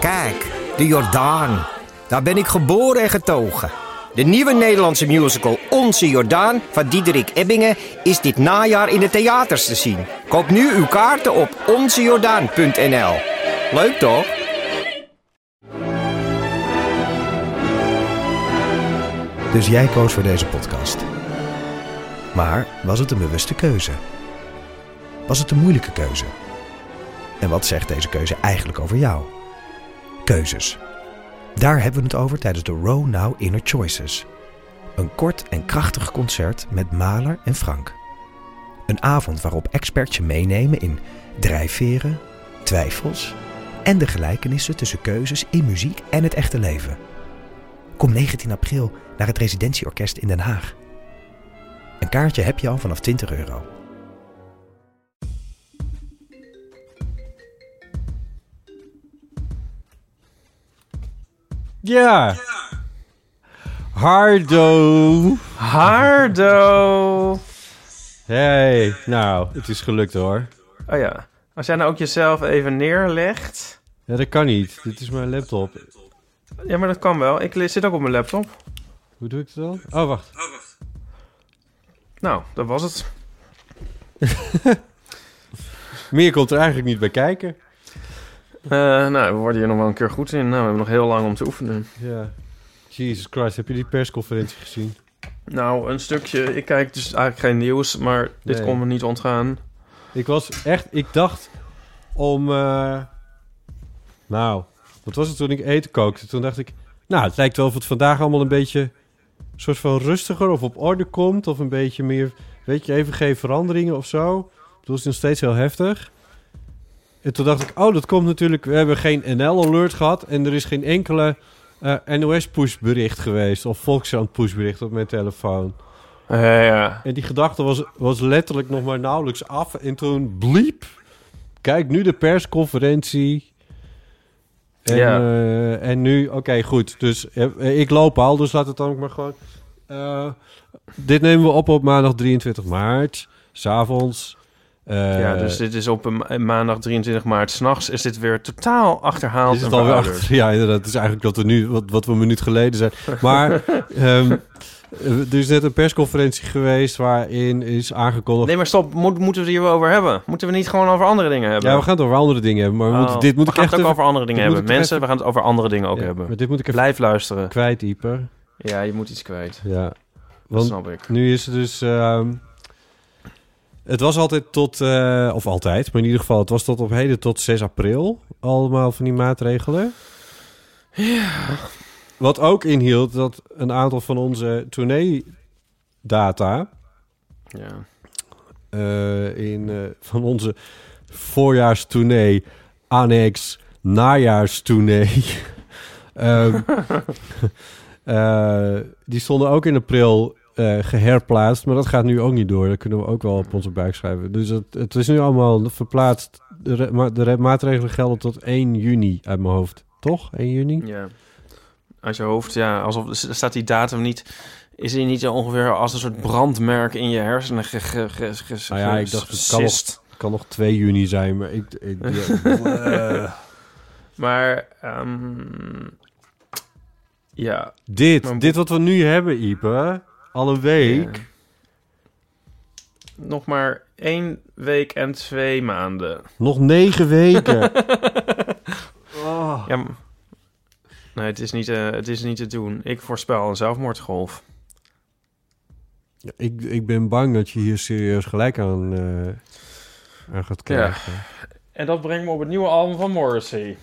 Kijk, de Jordaan. Daar ben ik geboren en getogen. De nieuwe Nederlandse musical Onze Jordaan van Diederik Ebbingen is dit najaar in de theaters te zien. Koop nu uw kaarten op onzejordaan.nl. Leuk toch? Dus jij koos voor deze podcast. Maar was het een bewuste keuze? Was het een moeilijke keuze? En wat zegt deze keuze eigenlijk over jou? Keuzes. Daar hebben we het over tijdens de Row Now Inner Choices. Een kort en krachtig concert met Mahler en Frank. Een avond waarop experts je meenemen in drijfveren, twijfels en de gelijkenissen tussen keuzes in muziek en het echte leven. Kom 19 april naar het Residentieorkest in Den Haag. Een kaartje heb je al vanaf €20. Ja. Hardo. Hey, nou, het is gelukt hoor. Oh ja. Als jij nou ook jezelf even neerlegt. Ja, dat kan niet. Dit is mijn laptop. Ja, maar dat kan wel. Ik zit ook op mijn laptop. Hoe doe ik het dan? Oh, wacht. Nou, dat was het. Meer komt er eigenlijk niet bij kijken. Nou, we worden hier nog wel een keer goed in. Nou, we hebben nog heel lang om te oefenen. Ja. Jesus Christ, heb je die persconferentie gezien? Nou, een stukje. Ik kijk dus eigenlijk geen nieuws, maar dit kon me niet ontgaan. Ik dacht om... Nou, wat was het toen ik eten kookte? Toen dacht ik, nou, het lijkt wel of het vandaag allemaal een beetje... een soort van rustiger of op orde komt. Of een beetje meer, weet je, even geen veranderingen of zo. Ik bedoel, het is nog steeds heel heftig. En toen dacht ik, oh, dat komt natuurlijk... We hebben geen NL-alert gehad en er is geen enkele NOS-pushbericht geweest. Of Volkskrant-pushbericht op mijn telefoon. Ja. En die gedachte was letterlijk nog maar nauwelijks af. En toen bliep. Kijk, nu de persconferentie. En, en nu, oké, goed. Dus ik loop al, dus laat het dan ook maar gewoon... dit nemen we op maandag 23 maart. 's Avonds. Ja, dus dit is op een maandag 23 maart. 's Nachts is dit weer totaal achterhaald. Is het alweer ja, inderdaad. Het is eigenlijk dat we nu, wat we een minuut geleden zijn. Maar er is net een persconferentie geweest waarin is aangekondigd... Nee, maar stop. Moeten we het hier wel over hebben? Moeten we niet gewoon over andere dingen hebben? Ja, we gaan het over andere dingen hebben. Maar dit moet we ik gaan echt het ook even, over andere dingen hebben. Mensen, we gaan het over andere dingen ook ja, hebben. Maar dit moet ik even Blijf luisteren. kwijt, Ieper. Ja, je moet iets kwijt. Ja. Dat Want snap ik. nu is het dus... het was altijd tot... of altijd, maar in ieder geval... Het was tot op heden tot 6 april. Allemaal van die maatregelen. Ja. Wat ook inhield dat een aantal van onze tourneedata... Ja. Van onze voorjaarstournee... annex najaarstournee... die stonden ook in april... geherplaatst, maar dat gaat nu ook niet door. Dat kunnen we ook wel op onze buik schrijven. Dus het is nu allemaal verplaatst. De maatregelen gelden tot 1 juni uit mijn hoofd. Toch? 1 juni? Ja. Uit je hoofd, ja. Alsof staat die datum niet... Is die niet zo ongeveer als een soort brandmerk in je hersenen Nou ja, ik dacht, het kan nog 2 juni zijn, maar Maar, ja. Dit wat we nu hebben, Ipe... Al een week. Ja. Nog maar 1 week en 2 maanden. Nog 9 weken. Oh. Ja, nee, het is niet te doen. Ik voorspel een zelfmoordgolf. Ja, ik ben bang dat je hier serieus gelijk aan gaat krijgen. Ja. En dat brengt me op het nieuwe album van Morrissey.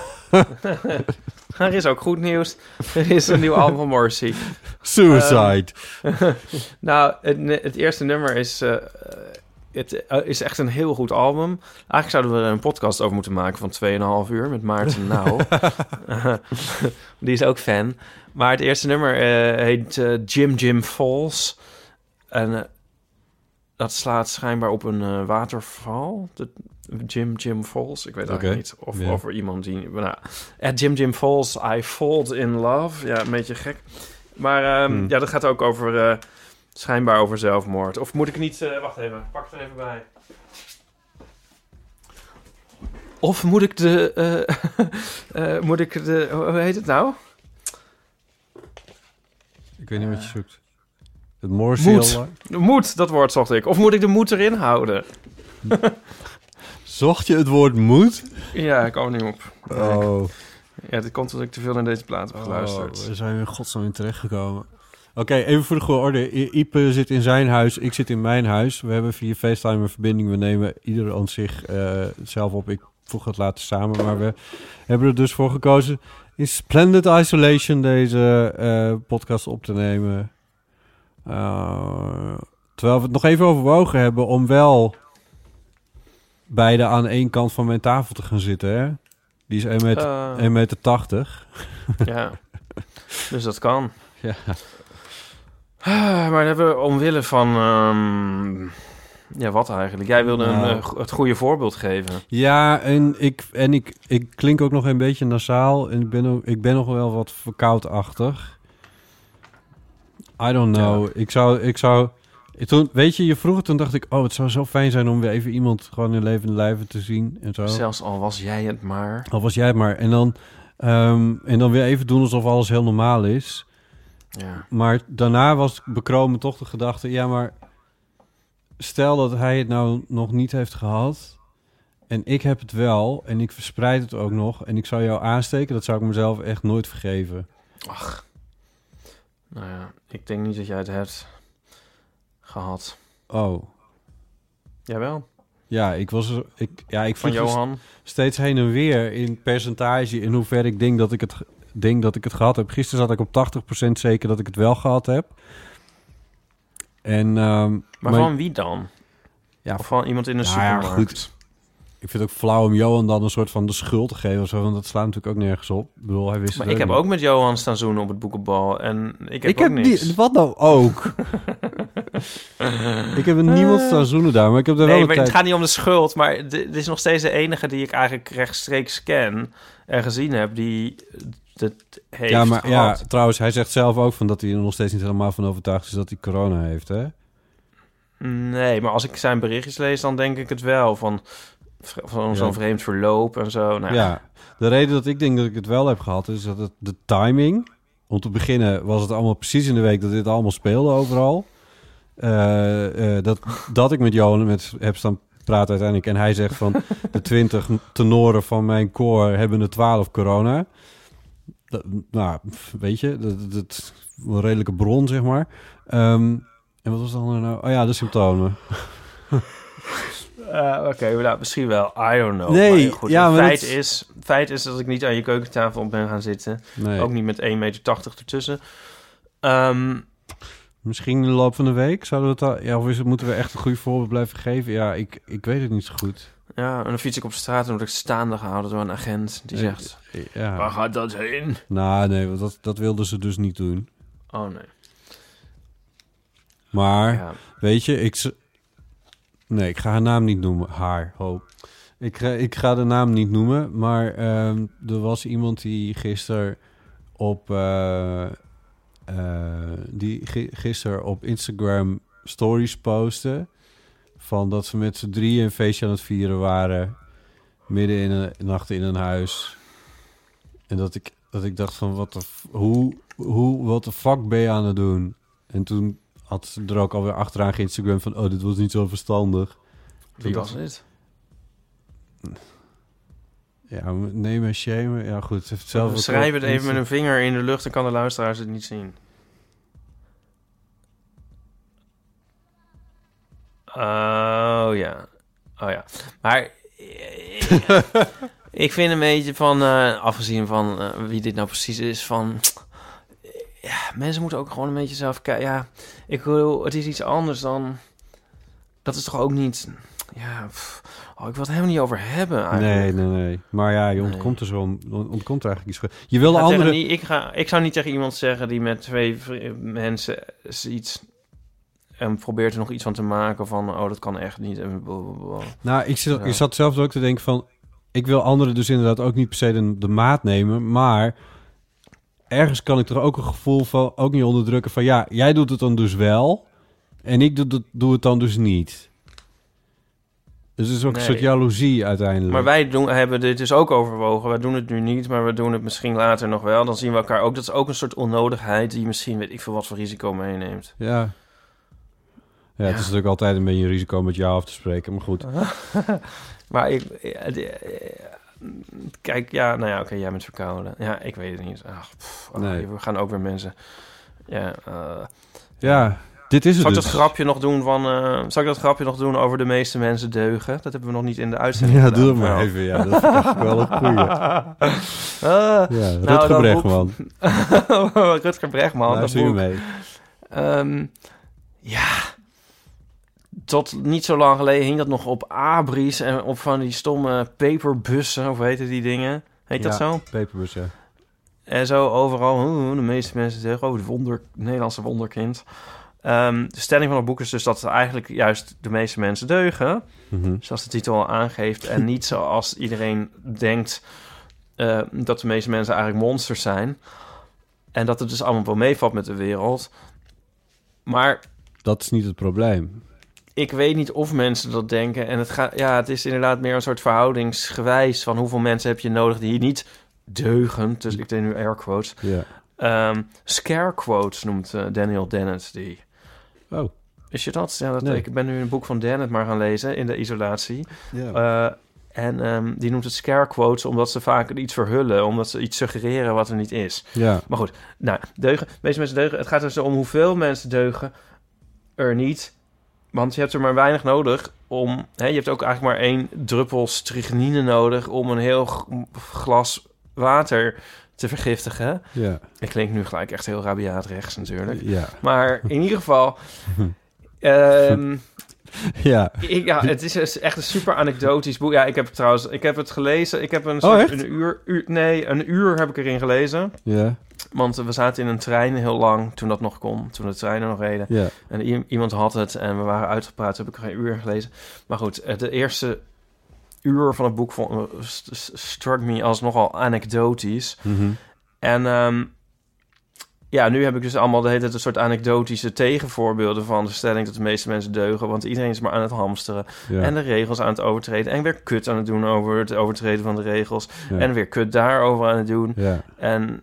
Er is ook goed nieuws. Er is een nieuw album van Morrissey. Suicide. Nou, het eerste nummer is... het is echt een heel goed album. Eigenlijk zouden we er een podcast over moeten maken van 2,5 uur met Maarten Nauw. Die is ook fan. Maar het eerste nummer heet Jim Falls. En dat slaat schijnbaar op een waterval. De Jim Falls. Ik weet eigenlijk niet of over iemand die... Nou, at Jim Falls, I Fall in Love. Ja, een beetje gek. Maar ja, dat gaat ook over... schijnbaar over zelfmoord. Of moet ik niet... wacht even, pak het er even bij. Of moet ik hoe heet het nou? Ik weet niet wat je zoekt. Het Morse. Moed, dat woord zocht ik. Of moet ik de moed erin houden? Zocht je het woord moed? Ja, ik kom er niet op. Oh. Ja, dit komt omdat ik te veel naar deze plaat heb geluisterd. We zijn in godsnaam in terechtgekomen. Oké, even voor de goede orde. Ipe zit in zijn huis, ik zit in mijn huis. We hebben via FaceTime een verbinding. We nemen ieder aan zich zelf op. Ik voeg het later samen, maar we hebben er dus voor gekozen in splendid isolation deze podcast op te nemen. Terwijl we het nog even overwogen hebben om wel beide aan één kant van mijn tafel te gaan zitten, hè? Die is 1,80 meter. Ja, dus dat kan. Ja. Maar dan hebben we omwille van... ja, wat eigenlijk? Jij wilde het goede voorbeeld geven. Ja, en ik klink ook nog een beetje nasaal. En ik ben nog wel wat verkoudachtig. I don't know. Ja. Ik zou toen, weet je vroeg het, toen dacht ik... Oh, het zou zo fijn zijn om weer even iemand gewoon in levende lijven te zien. En zo. Zelfs al was jij het maar. Al was jij het maar. En dan weer even doen alsof alles heel normaal is. Ja. Maar daarna was bekromen toch de gedachte... Ja, maar stel dat hij het nou nog niet heeft gehad... en ik heb het wel en ik verspreid het ook nog... en ik zou jou aansteken, dat zou ik mezelf echt nooit vergeven. Ach. Nou ja, ik denk niet dat jij het hebt gehad. Oh. Jawel. Ja, ik van Johan. Steeds heen en weer in percentage... in hoeverre ik denk dat ik het gehad heb. Gisteren zat ik op 80% zeker dat ik het wel gehad heb. En, maar van wie dan? Ja, of van iemand in de supermarkt? Ja, goed. Ik vind het ook flauw om Johan dan een soort van de schuld te geven of zo, want dat slaat natuurlijk ook nergens op. Ik bedoel, hij wist maar het ik heb niet. ook met Johan staan zoenen op het boekenbal en ik heb niks. Wat nou ook? Ik heb niemand staan zoenen daar, maar ik heb daar wel het gaat niet om de schuld, maar dit is nog steeds de enige die ik eigenlijk rechtstreeks ken en gezien heb die het heeft gehad. Ja, trouwens, hij zegt zelf ook van dat hij er nog steeds niet helemaal van overtuigd is dat hij corona heeft, hè? Nee, maar als ik zijn berichtjes lees, dan denk ik het wel van zo'n vreemd verloop en zo. Nou, ja, de reden dat ik denk dat ik het wel heb gehad is dat de timing... Om te beginnen was het allemaal precies in de week dat dit allemaal speelde overal. Dat ik met Johan heb staan praten uiteindelijk. En hij zegt van de 20 tenoren van mijn koor hebben er 12 corona. Nou, weet je, dat is een redelijke bron, zeg maar. En wat was het dan nou? Oh ja, de symptomen. Oké, nou, misschien wel. I don't know. Nee, maar goed, ja, feit is dat ik niet aan je keukentafel op ben gaan zitten. Nee. Ook niet met 1,80 meter ertussen. Misschien in de loop van de week zouden we het of moeten we echt een goed voorbeeld blijven geven? Ja, ik weet het niet zo goed. Ja, en dan fiets ik op straat en word ik staande gehouden door een agent die zegt... Ja. Waar gaat dat heen? Nou, nee, dat wilden ze dus niet doen. Oh, nee. Maar, weet je, ik ga haar naam niet noemen. Ik ga de naam niet noemen, maar er was iemand die gisteren op Instagram stories postte van dat ze met z'n drieën een feestje aan het vieren waren midden in een nacht in een huis. En dat ik dacht van wat de fuck ben je aan het doen? En toen had ze er ook alweer achteraan geïnstagram van... dit was niet zo verstandig. Wie was dit? Ja, nemen en shamen. Ja, goed. Heeft zelf schrijf het even met een vinger in de lucht... dan kan de luisteraars het niet zien. Oh ja. Maar... ik vind een beetje van... afgezien van wie dit nou precies is... van... Ja, mensen moeten ook gewoon een beetje zelf kijken. Ja, ik bedoel, het is iets anders dan... Dat is toch ook niet... Ja, ik wil het helemaal niet over hebben eigenlijk. Nee. Maar ja, je ontkomt er eigenlijk iets. Je wil andere... Ik zou niet tegen iemand zeggen die met twee mensen iets... en probeert er nog iets van te maken van... dat kan echt niet. En blablabla. Nou, ik zat zelf ook te denken van... Ik wil anderen dus inderdaad ook niet per se de maat nemen, maar... Ergens kan ik er ook een gevoel van ook niet onderdrukken van... Ja, jij doet het dan dus wel en ik doe het dan dus niet. Dus het is ook een soort jaloezie uiteindelijk. Maar wij hebben dit dus ook overwogen. Wij doen het nu niet, maar we doen het misschien later nog wel. Dan zien we elkaar ook. Dat is ook een soort onnodigheid die misschien weet ik veel wat voor risico meeneemt. Ja. Ja, het is natuurlijk altijd een beetje een risico met jou af te spreken, maar goed. Maar kijk, ja, nou ja, oké, jij bent verkouden. Ja, ik weet het niet. Nee. We gaan ook weer mensen... Ja, dit is het Zal ik dus. dat grapje nog doen zal ik dat grapje nog doen over de meeste mensen deugen? Dat hebben we nog niet in de uitzending gedaan. Doe het maar even. Ja, dat vind ik wel een goeie. Rutger Bregman. Rutger Bregman. Luister je mee. Tot niet zo lang geleden hing dat nog op abris en op van die stomme paperbussen, of hoe heette die dingen? Heet dat zo? Paperbus, ja. En zo overal, de meeste mensen zeggen, het Nederlandse wonderkind. De stelling van het boek is dus dat eigenlijk juist de meeste mensen deugen. Mm-hmm. Zoals de titel al aangeeft. En niet zoals iedereen denkt dat de meeste mensen eigenlijk monsters zijn. En dat het dus allemaal wel meevalt met de wereld. Maar... dat is niet het probleem. Ik weet niet of mensen dat denken. En het is inderdaad meer een soort verhoudingsgewijs van hoeveel mensen heb je nodig die hier niet deugen. Dus ik deed nu air quotes. Yeah. Scare quotes noemt Daniel Dennett die. Oh. Wist je dat? Ja, Nee. Ik ben nu een boek van Dennett maar gaan lezen in de isolatie. Yeah. En die noemt het scare quotes omdat ze vaak iets verhullen. Omdat ze iets suggereren wat er niet is. Ja. Maar goed, deugen. De meeste mensen deugen. Het gaat dus om hoeveel mensen deugen er niet. Want je hebt er maar weinig nodig om... je hebt ook eigenlijk maar 1 druppel strychnine nodig... om een heel glas water te vergiftigen. Ja. Ik klink nu gelijk echt heel rabiaat rechts natuurlijk. Ja. Maar in ieder geval... het is echt een super anekdotisch boek. Ja, ik heb het gelezen. Ik heb een uur heb ik erin gelezen. Ja. Want we zaten in een trein heel lang, toen dat nog kon. Toen de treinen nog reden. Ja. En iemand had het en we waren uitgepraat. Toen heb ik er geen uur in gelezen. Maar goed, de eerste uur van het boek struck me als nogal anekdotisch. Mm-hmm. En nu heb ik dus allemaal de hele tijd een soort anekdotische tegenvoorbeelden van de stelling dat de meeste mensen deugen. Want iedereen is maar aan het hamsteren. Ja. En de regels aan het overtreden. En weer kut aan het doen over het overtreden van de regels. Ja. En weer kut daarover aan het doen. Ja. En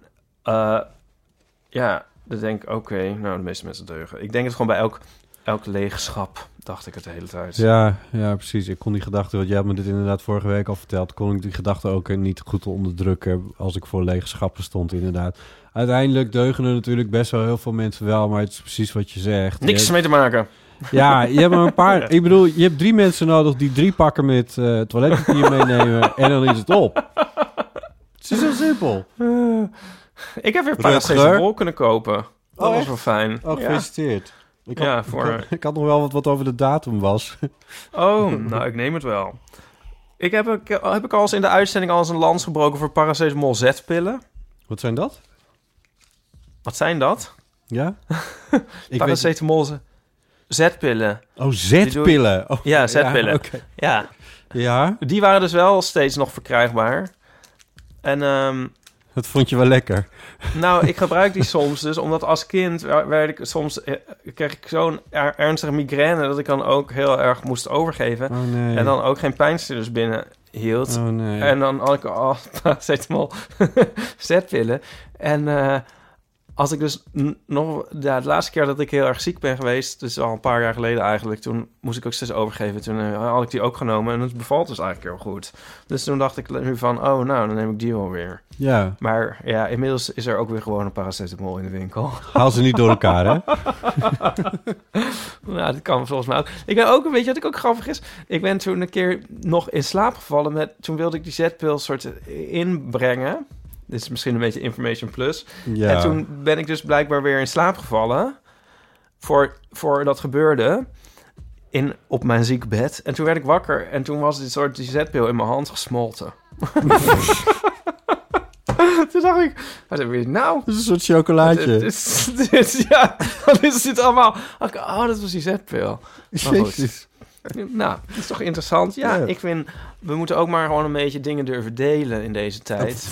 dan denk ik, oké, de meeste mensen deugen. Ik denk het gewoon bij elk leegschap, dacht ik het de hele tijd. Ja, precies. Ik kon die gedachte, want jij had me dit inderdaad vorige week al verteld, kon ik die gedachte ook niet goed onderdrukken als ik voor leegschappen stond, inderdaad. Uiteindelijk deugen er natuurlijk best wel heel veel mensen wel, maar het is precies wat je zegt. Niks mee te maken. Ja, je hebt maar een paar... Ik bedoel, je hebt 3 mensen nodig die 3 pakken met toiletpapier meenemen en dan is het op. Het is heel simpel. Ik heb weer paracetamol kunnen kopen. Dat was wel fijn. Oh, gefeliciteerd. Ja. Ik had nog wel wat over de datum was. Oh, ik neem het wel. Heb ik al eens in de uitzending al eens een lans gebroken voor paracetamol Z-pillen? Wat zijn dat? Wat zijn dat? Ja? Paracetamol Z-pillen. Oh, Z-pillen. Ja, Z-pillen. Ja, okay. Ja. Die waren dus wel steeds nog verkrijgbaar. En dat vond je wel lekker. Nou, ik gebruik die soms dus, omdat als kind kreeg ik zo'n ernstige migraine dat ik dan ook heel erg moest overgeven. Oh, nee. En dan ook geen pijnstillers binnen hield. Oh, nee. En dan had ik paracetamol Z-pillen. En als ik dus de laatste keer dat ik heel erg ziek ben geweest, dus al een paar jaar geleden eigenlijk, toen moest ik ook steeds overgeven. Toen had ik die ook genomen en het bevalt dus eigenlijk heel goed. Dus toen dacht ik nu van, dan neem ik die wel weer. Ja. Maar ja, inmiddels is er ook weer gewoon een paracetamol in de winkel. Haal ze niet door elkaar, hè? Nou, dat kan volgens mij ook. Ik ben ook, weet je wat ik ook grappig is? Ik ben toen een keer nog in slaap gevallen toen wilde ik die Z-pil soort inbrengen. Dit is misschien een beetje information plus. Ja. En toen ben ik dus blijkbaar weer in slaap gevallen voor dat gebeurde op mijn ziekbed. En toen werd ik wakker en toen was die Z-pil in mijn hand gesmolten. Toen dacht ik, wat heb je nou? Dat is een soort chocolaatje. Wat is dit allemaal? Dat was die Z-pil. Jezus. Nou, dat is toch interessant? Ja, ik vind, we moeten ook maar gewoon een beetje dingen durven delen in deze tijd.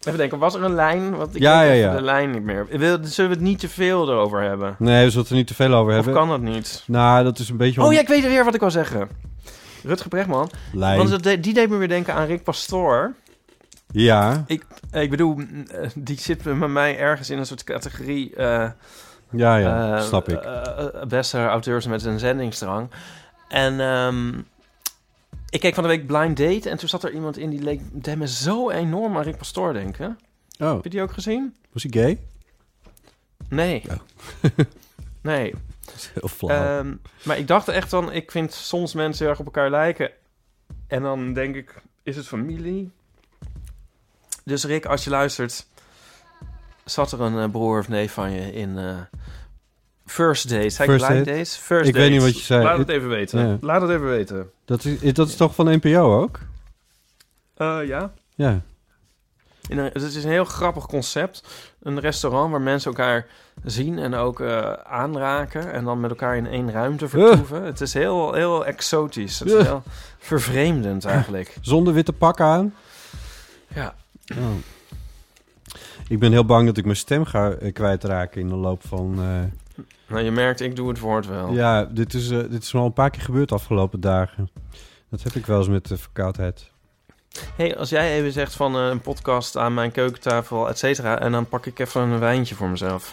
Even denken, was er een lijn? Want ik Ja, weet ja, even ja. de lijn niet meer. Zullen we het niet te veel erover hebben? Nee, we zullen het er niet te veel over Of hebben. kan dat niet? Nou, dat is een beetje... Oh ja, ik weet weer wat ik wil zeggen. Rutger Bregman. Lijn. Want die deed me weer denken aan Rick Pastoor. Ja. Ik bedoel, die zit bij mij ergens in een soort categorie... Ja, snap ik. Beste auteurs met een zendingsdrang. En ik keek van de week Blind Date... en toen zat er iemand in die deed me zo enorm aan Rick Pastoor denken. Oh, Heb je die ook gezien? was hij gay? Nee. Nee. Dat is heel flauw. Maar ik dacht echt van... Ik vind soms mensen heel erg op elkaar lijken. En dan denk ik... Is het familie? Dus Rick, als je luistert... Zat er een broer of neef van je in... First Dates. Zei ik First Blind Date? Dates? First Ik weet Dates. niet wat je zei. Laat het even weten. Ja. Laat het even weten. Dat is toch van NPO ook? Ja. Ja. Het is een heel grappig concept. Een restaurant waar mensen elkaar zien en ook aanraken. En dan met elkaar in één ruimte vertoeven. Het is heel, heel exotisch. Het is heel vervreemdend eigenlijk. Zonder witte pak aan? Ja. Oh. Ik ben heel bang dat ik mijn stem ga kwijtraken in de loop van... Nou, je merkt, ik doe het woord wel. Ja, dit is al een paar keer gebeurd de afgelopen dagen. Dat heb ik wel eens met de verkoudheid. Hey, als jij even zegt van een podcast aan mijn keukentafel, et cetera... en dan pak ik even een wijntje voor mezelf.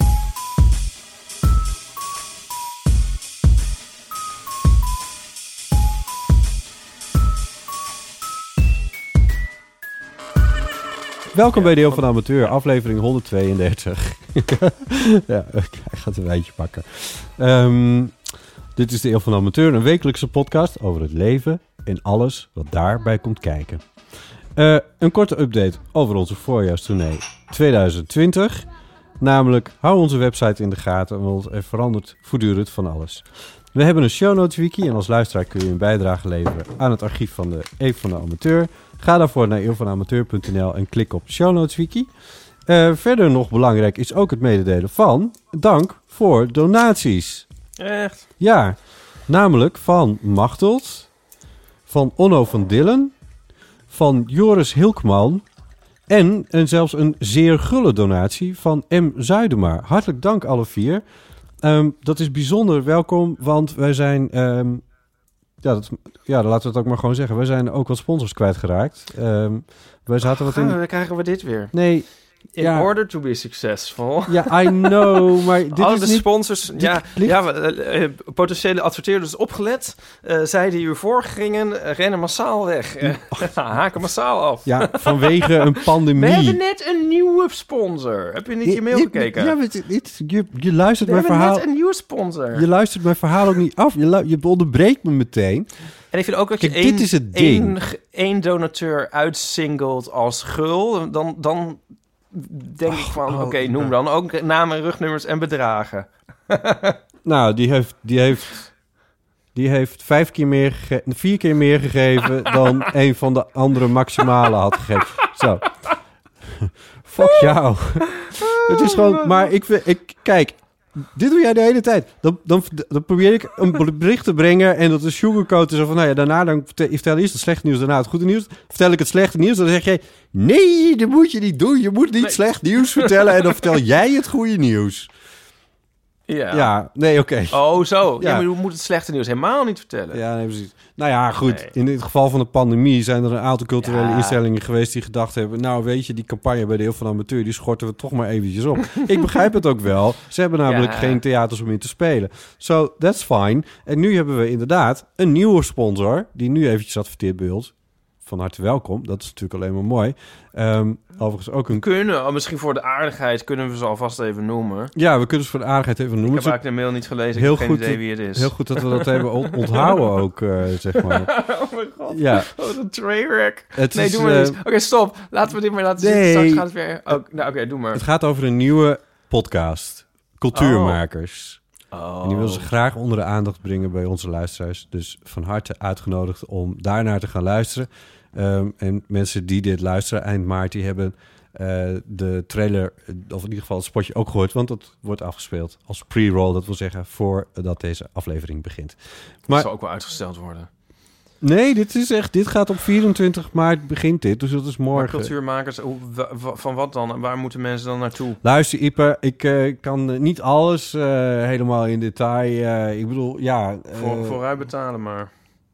Welkom bij de Eeuw van de Amateur, aflevering 132. Ja, hij gaat een wijntje pakken. Dit is de Eeuw van de Amateur, een wekelijkse podcast over het leven en alles wat daarbij komt kijken. Een korte update over onze voorjaarstournee 2020. Namelijk, hou onze website in de gaten, want er verandert voortdurend van alles. We hebben een show notes wiki en als luisteraar kun je een bijdrage leveren aan het archief van de Eeuw van de Amateur. Ga daarvoor naar eeuwvanamateur.nl en klik op show notes wiki. Verder nog belangrijk is ook het mededelen van dank voor donaties. Echt? Ja, namelijk van Machteld, van Onno van Dillen, van Joris Hilkman en zelfs een zeer gulle donatie van M. Zuidema. Hartelijk dank alle vier. Dat is bijzonder welkom, want wij zijn... laten we het ook maar gewoon zeggen. Wij zijn ook wat sponsors kwijtgeraakt. Wij zaten wat in... Dan krijgen we dit weer. Nee. In order to be successful. Ja, I know, maar dit Alle is de niet... sponsors, potentiële adverteerders opgelet. Zij die u voorgingen, rennen massaal weg. Haken massaal af. Ja, vanwege een pandemie. We hebben net een nieuwe sponsor. Heb je niet je mail gekeken? Ja, je luistert mijn verhaal... We hebben net een nieuwe sponsor. Je luistert mijn verhaal ook niet af. Je onderbreekt me meteen. En ik vind ook dat Kijk, je dit is het ding. één donateur uitsingelt als gul. Dan denk ik van, oké, noem dan ook namen, rugnummers en bedragen. Nou, die heeft 4 keer meer gegeven dan een van de andere maximale had gegeven. Zo. Fuck jou. Het is gewoon, maar kijk, dit doe jij de hele tijd. Dan probeer ik een bericht te brengen en dat is sugarcoaten. Zo van, nou ja, daarna dan vertel je eerst het slechte nieuws, daarna het goede nieuws. Vertel ik het slechte nieuws, dan zeg jij, nee, dat moet je niet doen. Je moet niet slecht nieuws vertellen en dan vertel jij het goede nieuws. Ja, nee, oké. Oh, zo. Ja. Ja, maar je moet het slechte nieuws helemaal niet vertellen. Ja, nee, precies. Nou ja, goed. Nee. In het geval van de pandemie zijn er een aantal culturele instellingen geweest die gedacht hebben, nou weet je, die campagne bij de Eeuw van de Amateur, die schorten we toch maar eventjes op. Ik begrijp het ook wel. Ze hebben namelijk geen theaters om in te spelen. So, that's fine. En nu hebben we inderdaad een nieuwe sponsor, die nu eventjes adverteert bij ons. Van harte welkom. Dat is natuurlijk alleen maar mooi. Overigens ook een... Misschien voor de aardigheid kunnen we ze alvast even noemen. Ja, we kunnen ze voor de aardigheid even noemen. Ik heb eigenlijk de mail niet gelezen. Heel ik heb geen goed, idee wie het is. Heel goed dat we dat hebben onthouden ook, zeg maar. Oh mijn god. Ja. Wat een trainwreck. Nee, doe maar niet. Oké, stop. Laten we dit maar laten zitten. Straks gaat het weer... Oké, doe maar. Het gaat over een nieuwe podcast. Cultuurmakers. Oh. En die willen ze graag onder de aandacht brengen bij onze luisteraars. Dus van harte uitgenodigd om daarnaar te gaan luisteren. En mensen die dit luisteren eind maart, die hebben de trailer, of in ieder geval het spotje ook gehoord, want dat wordt afgespeeld als pre-roll. Dat wil zeggen voordat deze aflevering begint. Maar Dat zal ook wel uitgesteld worden. Nee, dit gaat op 24 maart begint dit, dus dat is Maar morgen. cultuurmakers, van wat dan? En waar moeten mensen dan naartoe? Luister, Ipe, ik kan niet alles helemaal in detail. Ik bedoel, ja... Vooruit betalen maar.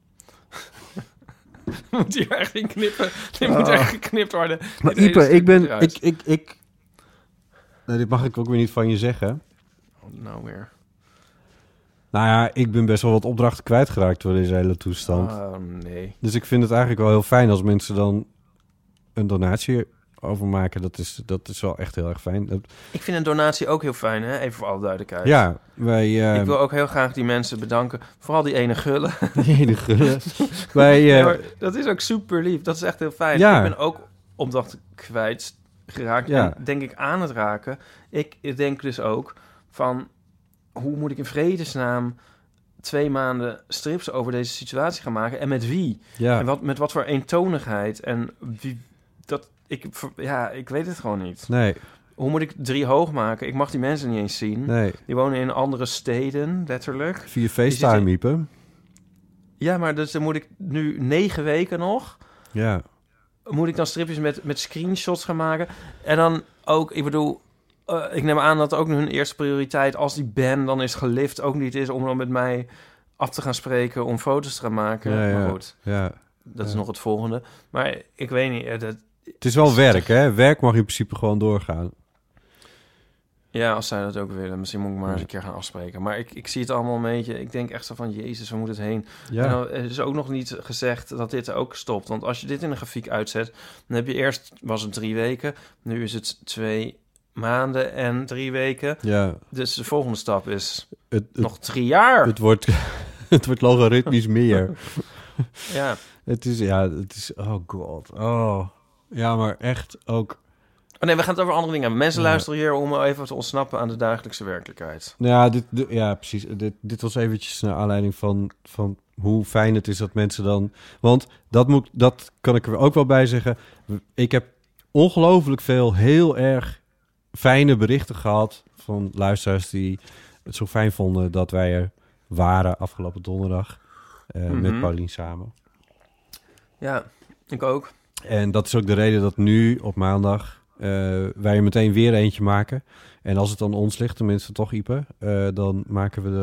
Moet hier echt in knippen? Dit moet echt geknipt worden. Maar Dit Ipe, hele ik ben... stuk moet eruit. Nee, dit mag ik ook weer niet van je zeggen. Nou weer. Nou ja, ik ben best wel wat opdrachten kwijtgeraakt door deze hele toestand. Nee. Dus ik vind het eigenlijk wel heel fijn als mensen dan een donatie overmaken. Dat is wel echt heel erg fijn. Ik vind een donatie ook heel fijn, hè? Even voor alle duidelijkheid. Ja, wij... Ik wil ook heel graag die mensen bedanken. Vooral die ene gullen. Die ene gullen. Wij... Ja, maar dat is ook super lief. Dat is echt heel fijn. Ja. Ik ben ook opdrachten kwijtgeraakt. Ja. En denk ik aan het raken. Ik denk dus ook van... Hoe moet ik in vredesnaam 2 maanden strips over deze situatie gaan maken? En met wie? Ja. En met wat voor eentonigheid? En wie... ik weet het gewoon niet. Nee, Hoe moet ik 3 hoog maken? Ik mag die mensen niet eens zien. nee. Die wonen in andere steden, letterlijk. Via FaceTime, Ipe. Ja, maar dus dan moet ik nu 9 weken nog... Ja. Moet ik dan stripjes met screenshots gaan maken? En dan ook, ik bedoel... ik neem aan dat ook hun eerste prioriteit... als die ban dan is gelift... ook niet is om dan met mij af te gaan spreken... om foto's te gaan maken. Ja. Maar goed, Ja. dat is nog het volgende. Maar ik weet niet... Het is wel werk, hè? Werk mag in principe gewoon doorgaan. Ja, als zij dat ook willen. Misschien moet ik maar eens een keer gaan afspreken. Maar ik zie het allemaal een beetje... Ik denk echt zo van... Jezus, waar moet het heen? Ja. En dan is ook nog niet gezegd dat dit ook stopt. Want als je dit in een grafiek uitzet... dan heb je eerst... was het 3 weken. Nu is het 2 maanden en 3 weken. Ja. Dus de volgende stap is... Het nog 3 jaar. het wordt logaritmisch meer. Ja. Het is... Oh god. Oh. Ja, maar echt ook... Oh nee, we gaan het over andere dingen hebben. Mensen Ja. luisteren hier om even te ontsnappen aan de dagelijkse werkelijkheid. Nou ja, precies. Dit was eventjes naar aanleiding van hoe fijn het is dat mensen dan... Want dat kan ik er ook wel bij zeggen. Ik heb ongelooflijk veel heel erg fijne berichten gehad... van luisteraars die het zo fijn vonden dat wij er waren afgelopen donderdag. Met Paulien samen. Ja, ik ook. En dat is ook de reden dat nu op maandag... wij er meteen weer eentje maken. En als het aan ons ligt, tenminste toch Ipe... dan maken we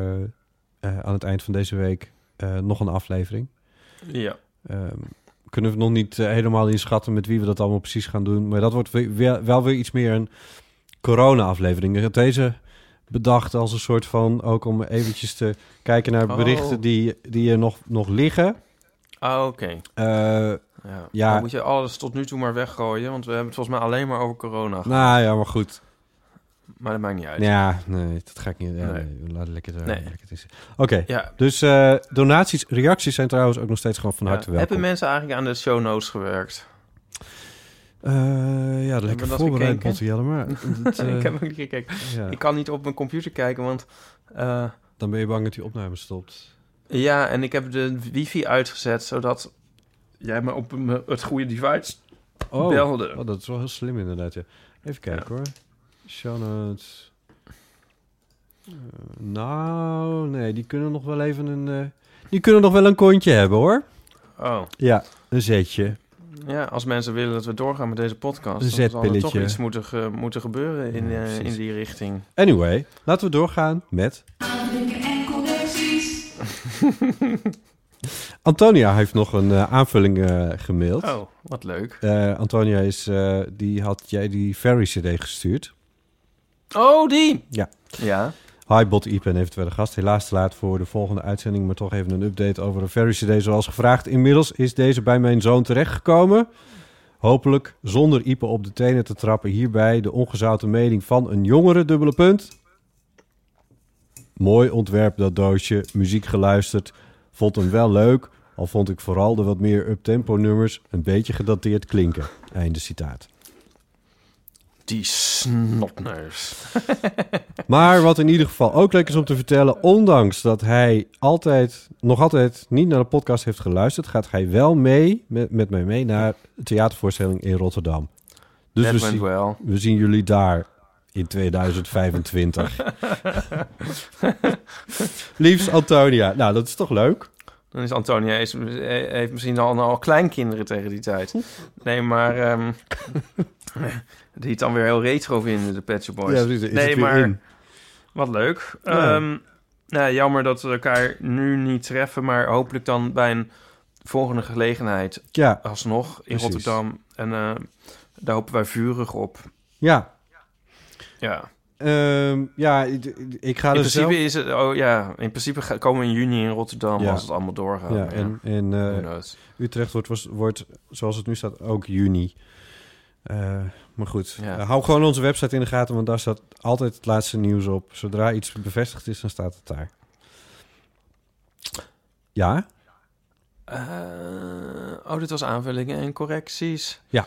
er aan het eind van deze week nog een aflevering. Ja. Kunnen we nog niet helemaal inschatten met wie we dat allemaal precies gaan doen. Maar dat wordt wel weer iets meer een corona-aflevering. Ik heb deze bedacht als een soort van... ook om eventjes te kijken naar berichten die er nog liggen. Oké. Ja. Dan moet je alles tot nu toe maar weggooien... want we hebben het volgens mij alleen maar over corona gehad. Nou ja, maar goed. Maar dat maakt niet uit. Ja, nee, dat ga ik niet... Ja, Nee. nee, laat het lekker... Nee. lekker tussen. Oké, Ja. dus donaties, reacties zijn trouwens ook nog steeds gewoon van harte welkom. Hebben mensen eigenlijk aan de show notes gewerkt? Ja, lekker dat voorbereid, gekeken? Botte maar Ik heb ook niet gekeken. ja. Ik kan niet op mijn computer kijken, want... Dan ben je bang dat die opname stopt. ja, en ik heb de wifi uitgezet... zodat jij me op het goede device belde. Oh, dat is wel heel slim inderdaad, ja. Even kijken hoor. Show notes. Nou, nee, die kunnen nog wel even een kontje hebben hoor. Oh, Ja, een zetje. ja, als mensen willen dat we doorgaan met deze podcast... Een dan zal er zetpilletje. toch iets moeten gebeuren in, Ja, precies. in die richting. Anyway, laten we doorgaan met... Antonia heeft nog een aanvulling gemaild. Oh, wat leuk. Antonia had jij die Ferry CD gestuurd. Oh, die! Ja. Ja. Hi, Bot, Ipe en eventuele gast. Helaas te laat voor de volgende uitzending, maar toch even een update over een Ferry CD zoals gevraagd. Inmiddels is deze bij mijn zoon terechtgekomen. Hopelijk zonder Ipe op de tenen te trappen. Hierbij de ongezouten mening van een jongere, dubbele punt. Mooi ontwerp dat doosje, muziek geluisterd. Vond hem wel leuk, al vond ik vooral de wat meer uptempo nummers een beetje gedateerd klinken. Einde citaat. Die snotneus. Maar wat in ieder geval ook leuk is om te vertellen... ondanks dat hij nog altijd niet naar de podcast heeft geluisterd... gaat hij wel met mij mee naar de theatervoorstelling in Rotterdam. Dus Dat went well. we zien jullie daar in 2025. Liefst Antonia. Nou, dat is toch leuk? Dan is Antonia heeft misschien al kleinkinderen tegen die tijd. Nee, maar die het dan weer heel retro vinden, de Pet Shop Boys. Ja, precies, is nee, het weer maar in. wat leuk. Ja. Nou, jammer dat we elkaar nu niet treffen, maar hopelijk dan bij een volgende gelegenheid Ja, alsnog in Precies. Rotterdam. En daar hopen wij vurig op. ja. Ja. Ik ga In er zelf... principe is het... Oh ja, in principe komen we in juni in Rotterdam Ja. als het allemaal doorgaat. Ja, Maar en who knows? Utrecht wordt, zoals het nu staat, ook juni. Maar goed, Ja. hou gewoon onze website in de gaten, want daar staat altijd het laatste nieuws op. Zodra iets bevestigd is, dan staat het daar. Ja? Dit was aanvullingen en correcties. Ja.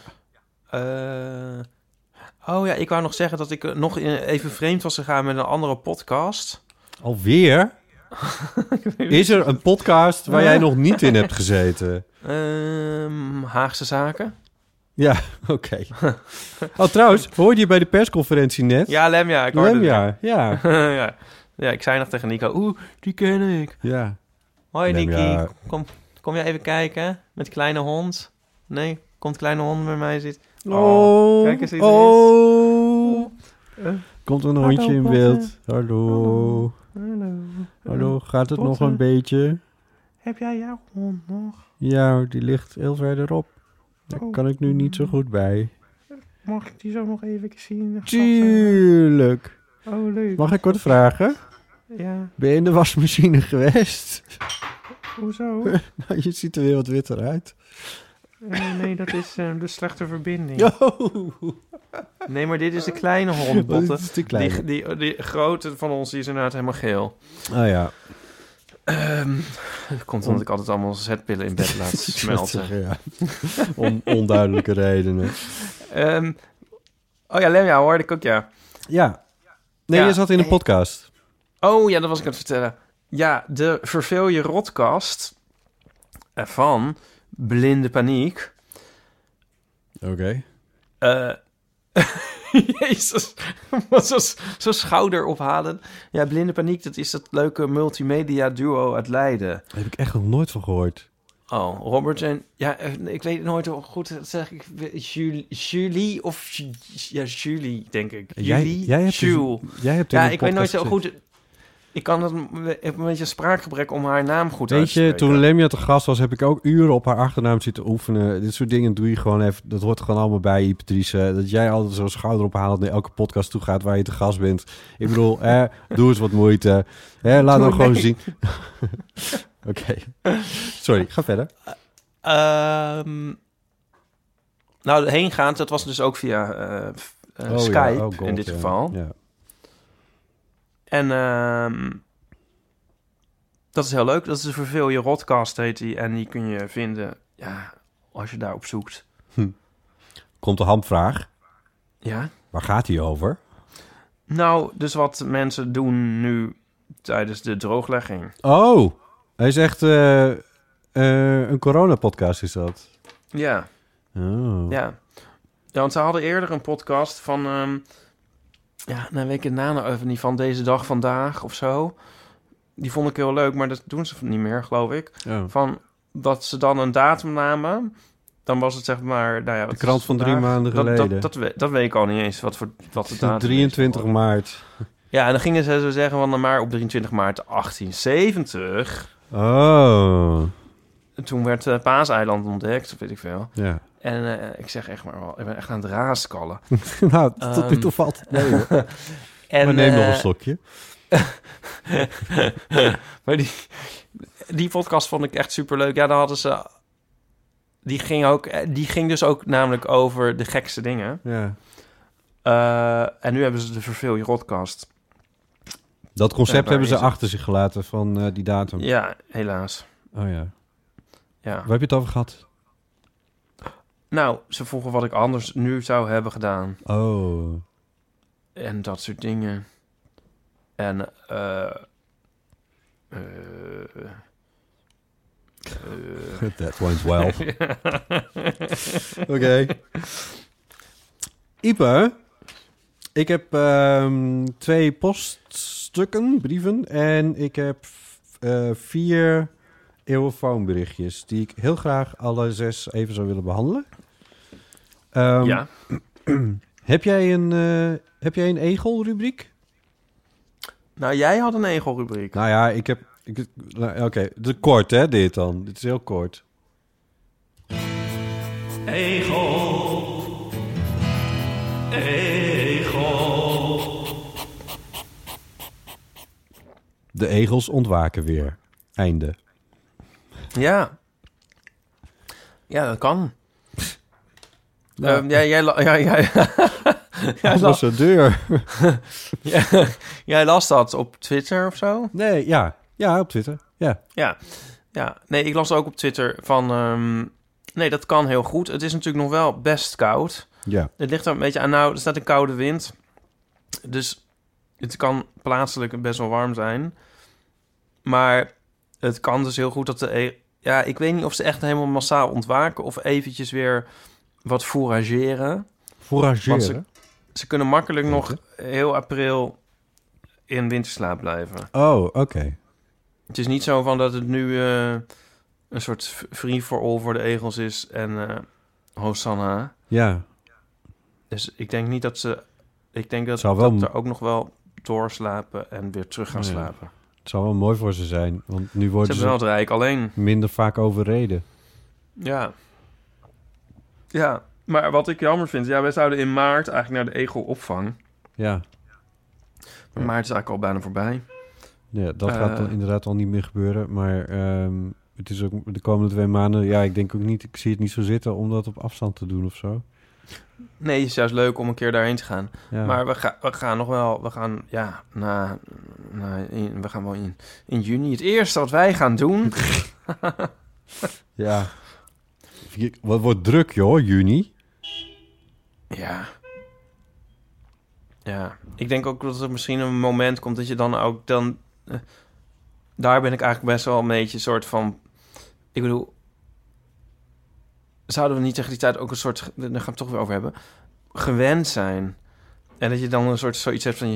Oh ja, ik wou nog zeggen dat ik nog even vreemd was gegaan met een andere podcast. Alweer? Is er een podcast waar jij nog niet in hebt gezeten? Haagse Zaken. Ja, oké. Oh, trouwens, hoorde je bij de persconferentie net? Ja, Lemja. Ik hoorde het. Lemja, ja. Ja, ik zei nog tegen Nico, die ken ik. Ja. Hoi Lemja. Nicky, kom jij even kijken met kleine hond? Nee, komt kleine hond bij mij zitten. Oh, kijk eens wie er oh. is. Komt een hondje in Botte. beeld. Hallo. Hallo, gaat het nog een beetje? Heb jij jouw hond nog? Ja, die ligt heel verderop. Daar kan ik nu niet zo goed bij. Mag ik die zo nog even zien? Tuurlijk. Oh, leuk. Mag ik wat vragen? Ja, Ben je in de wasmachine geweest? hoezo? Nou, je ziet er weer wat witter uit. Nee, dat is de slechte verbinding. Oh, Nee, maar dit is de kleine hond, Botte. dit is die kleine. Die grote van ons, die is inderdaad helemaal geel. Oh ja. Dat komt omdat ik altijd allemaal zetpillen in bed laat smelten. Ja. Om onduidelijke redenen. Oh ja, Lemja hoorde ik ook, ja. Ja. Nee, Ja. je zat in een podcast. Oh ja, dat was ik aan het vertellen. Ja, de Verveel je Rotkast van Blinde Paniek. Oké. Jezus, wat zo schouderophalen. Ja, Blinde Paniek, dat is dat leuke multimedia duo uit Leiden. Daar heb ik echt nog nooit van gehoord. Oh, Robert en... Ja, ik weet nooit hoe goed, dat zeg ik. Julie of... Ja, Julie, denk ik. Julie? Jij hebt Jules. Jij hebt in Ja, een ik weet nooit podcast zo goed... Ik kan het ik heb een beetje spraakgebrek om haar naam goed uit te Weet je, spreken. toen Lemja te gast was, heb ik ook uren op haar achternaam zitten oefenen. Dit soort dingen doe je gewoon even. Dat hoort gewoon allemaal bij je, Patrice. Dat jij altijd zo schouderophalen naar elke podcast toe gaat waar je te gast bent. Ik bedoel, doe eens wat moeite. Laat hem gewoon zien. Oké. Sorry, ga verder. Nou, heengaand, dat was dus ook via Oh, Skype ja. Oh, God, in dit ja. geval. Ja. En dat is heel leuk. Dat is de Verveel je Rotkast, heet die. En die kun je vinden, ja, als je daarop zoekt. Komt de hamvraag. Ja. Waar gaat hij over? Nou, dus wat mensen doen nu tijdens de drooglegging. Oh, hij is echt een coronapodcast is dat. Ja, Oh. ja. Ja, want ze hadden eerder een podcast van... ja, nou weet ik het naam even niet, van deze dag vandaag of zo. Die vond ik heel leuk, maar dat doen ze niet meer, geloof ik. Oh. Van dat ze dan een datum namen. Dan was het zeg maar... Nou ja, wat De is krant van 3 vandaag? maanden geleden. Dat weet ik al niet eens, wat de datum is. 23 maart. Ja, en dan gingen ze zo zeggen van... maar op 23 maart 1870... Oh. Toen werd Paaseiland ontdekt, of weet ik veel. Ja. En ik zeg echt maar wel, ik ben echt aan het raaskallen. Nou, tot nu toe valt het mee, hoor. En, Maar neem nog een slokje. Maar die podcast vond ik echt superleuk. Ja, dan hadden ze... Die ging dus ook namelijk over de gekste dingen. Ja. En nu hebben ze de Verveel je Rotkast. Dat concept daar hebben ze is het. achter zich gelaten van die datum. Ja, helaas. Oh ja. Ja. Waar heb je het over gehad? Nou, ze vroegen wat ik anders nu zou hebben gedaan. Oh. En dat soort dingen. En... That went well. Oké. Ipe, ik heb 2 poststukken, brieven. En ik heb 4 eeuwenfoonberichtjes... die ik heel graag alle 6 even zou willen behandelen. Ja. Heb jij een egel-rubriek? Nou, jij had een egel-rubriek. Nou ja, Oké, kort hè, dit dan. Dit is heel kort. Egel. Egel. De egels ontwaken weer. Einde. Ja. Ja, dat kan. Ja. Jij was zo duur. Jij las dat op Twitter of zo? Nee, ja. Ja, op Twitter. Ja. Ja. Nee, ik las ook op Twitter van... nee, dat kan heel goed. Het is natuurlijk nog wel best koud. Ja. Het ligt er een beetje aan... Nou, er staat een koude wind. Dus het kan plaatselijk best wel warm zijn. Maar het kan dus heel goed dat ja, ik weet niet of ze echt helemaal massaal ontwaken... of eventjes weer wat fourageren. Fourageren? Want ze kunnen makkelijk nog heel april in winterslaap blijven. Oh, oké. Het is niet zo van dat het nu een soort free-for-all voor de egels is en Hosanna. Ja. Dus ik denk niet dat ze... Ik denk dat Zou wel er ook nog wel doorslapen en weer terug gaan slapen. Het zou wel mooi voor ze zijn, want nu worden ze hebben wel het rijk, alleen... minder vaak overreden. Ja. Ja, maar wat ik jammer vind... Ja, wij zouden in maart eigenlijk naar de egelopvang. Ja. Maar maart is eigenlijk al bijna voorbij. Ja, dat gaat dan inderdaad al niet meer gebeuren. Maar het is ook de komende 2 maanden... Ja, ik denk ook niet... Ik zie het niet zo zitten om dat op afstand te doen of zo. Nee, het is juist leuk om een keer daarheen te gaan. Ja. Maar we gaan nog wel... We gaan, ja, we gaan wel in juni. Het eerste wat wij gaan doen... Ja. Wat wordt druk, joh, juni. Ja. Ja. Ik denk ook dat er misschien een moment komt dat je dan ook dan... daar ben ik eigenlijk best wel een beetje soort van... Ik bedoel... Zouden we niet tegen die tijd ook een soort... Daar gaan we het toch weer over hebben. Gewend zijn. En dat je dan een soort zoiets hebt van...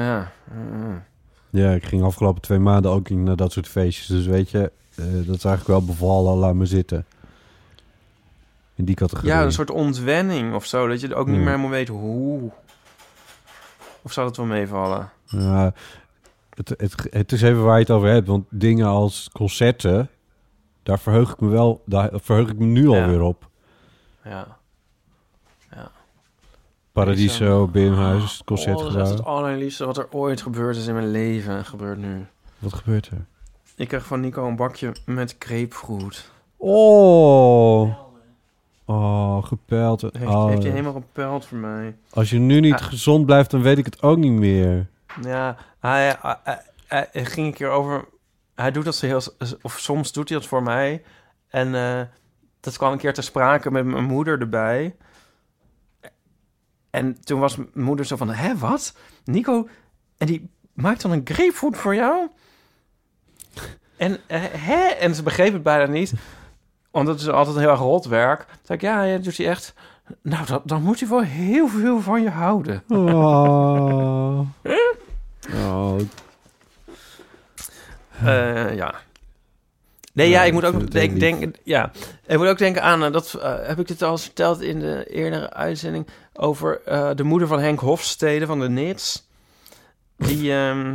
Ja, ik ging afgelopen 2 maanden ook naar dat soort feestjes. Dus weet je, dat is eigenlijk wel bevallen. Laat me zitten. In die categorie. Ja, een soort ontwenning of zo. Dat je ook niet meer helemaal weet hoe. Of zou dat wel meevallen? Ja, het is even waar je het over hebt. Want dingen als concerten... Daar verheug ik me nu alweer op. Ja. Ja. Paradiso, Bimhuis, concertgebouw. Dat is het allerliefste wat er ooit gebeurd is in mijn leven. Gebeurt nu. Wat gebeurt er? Ik kreeg van Nico een bakje met grapefruit. Oh, gepeld. Heeft hij helemaal gepeld voor mij. Als je nu niet gezond blijft, dan weet ik het ook niet meer. Ja, hij ging een keer over... Hij doet dat heel... Of soms doet hij dat voor mij. En dat kwam een keer te sprake met mijn moeder erbij. En toen was mijn moeder zo van... Hé, wat? Nico... En die maakt dan een grapefruit voor jou? En En ze begreep het bijna niet. Want dat is altijd heel erg rot werk. Toen zei ik, ja, doet hij echt... Nou, dan moet hij wel heel veel van je houden. Ja. Nee, ja, ik moet ook denken... Ja, ik moet ook denken aan... heb ik dit al eens verteld in de eerdere uitzending... over de moeder van Henk Hofstede van de Nits. Die...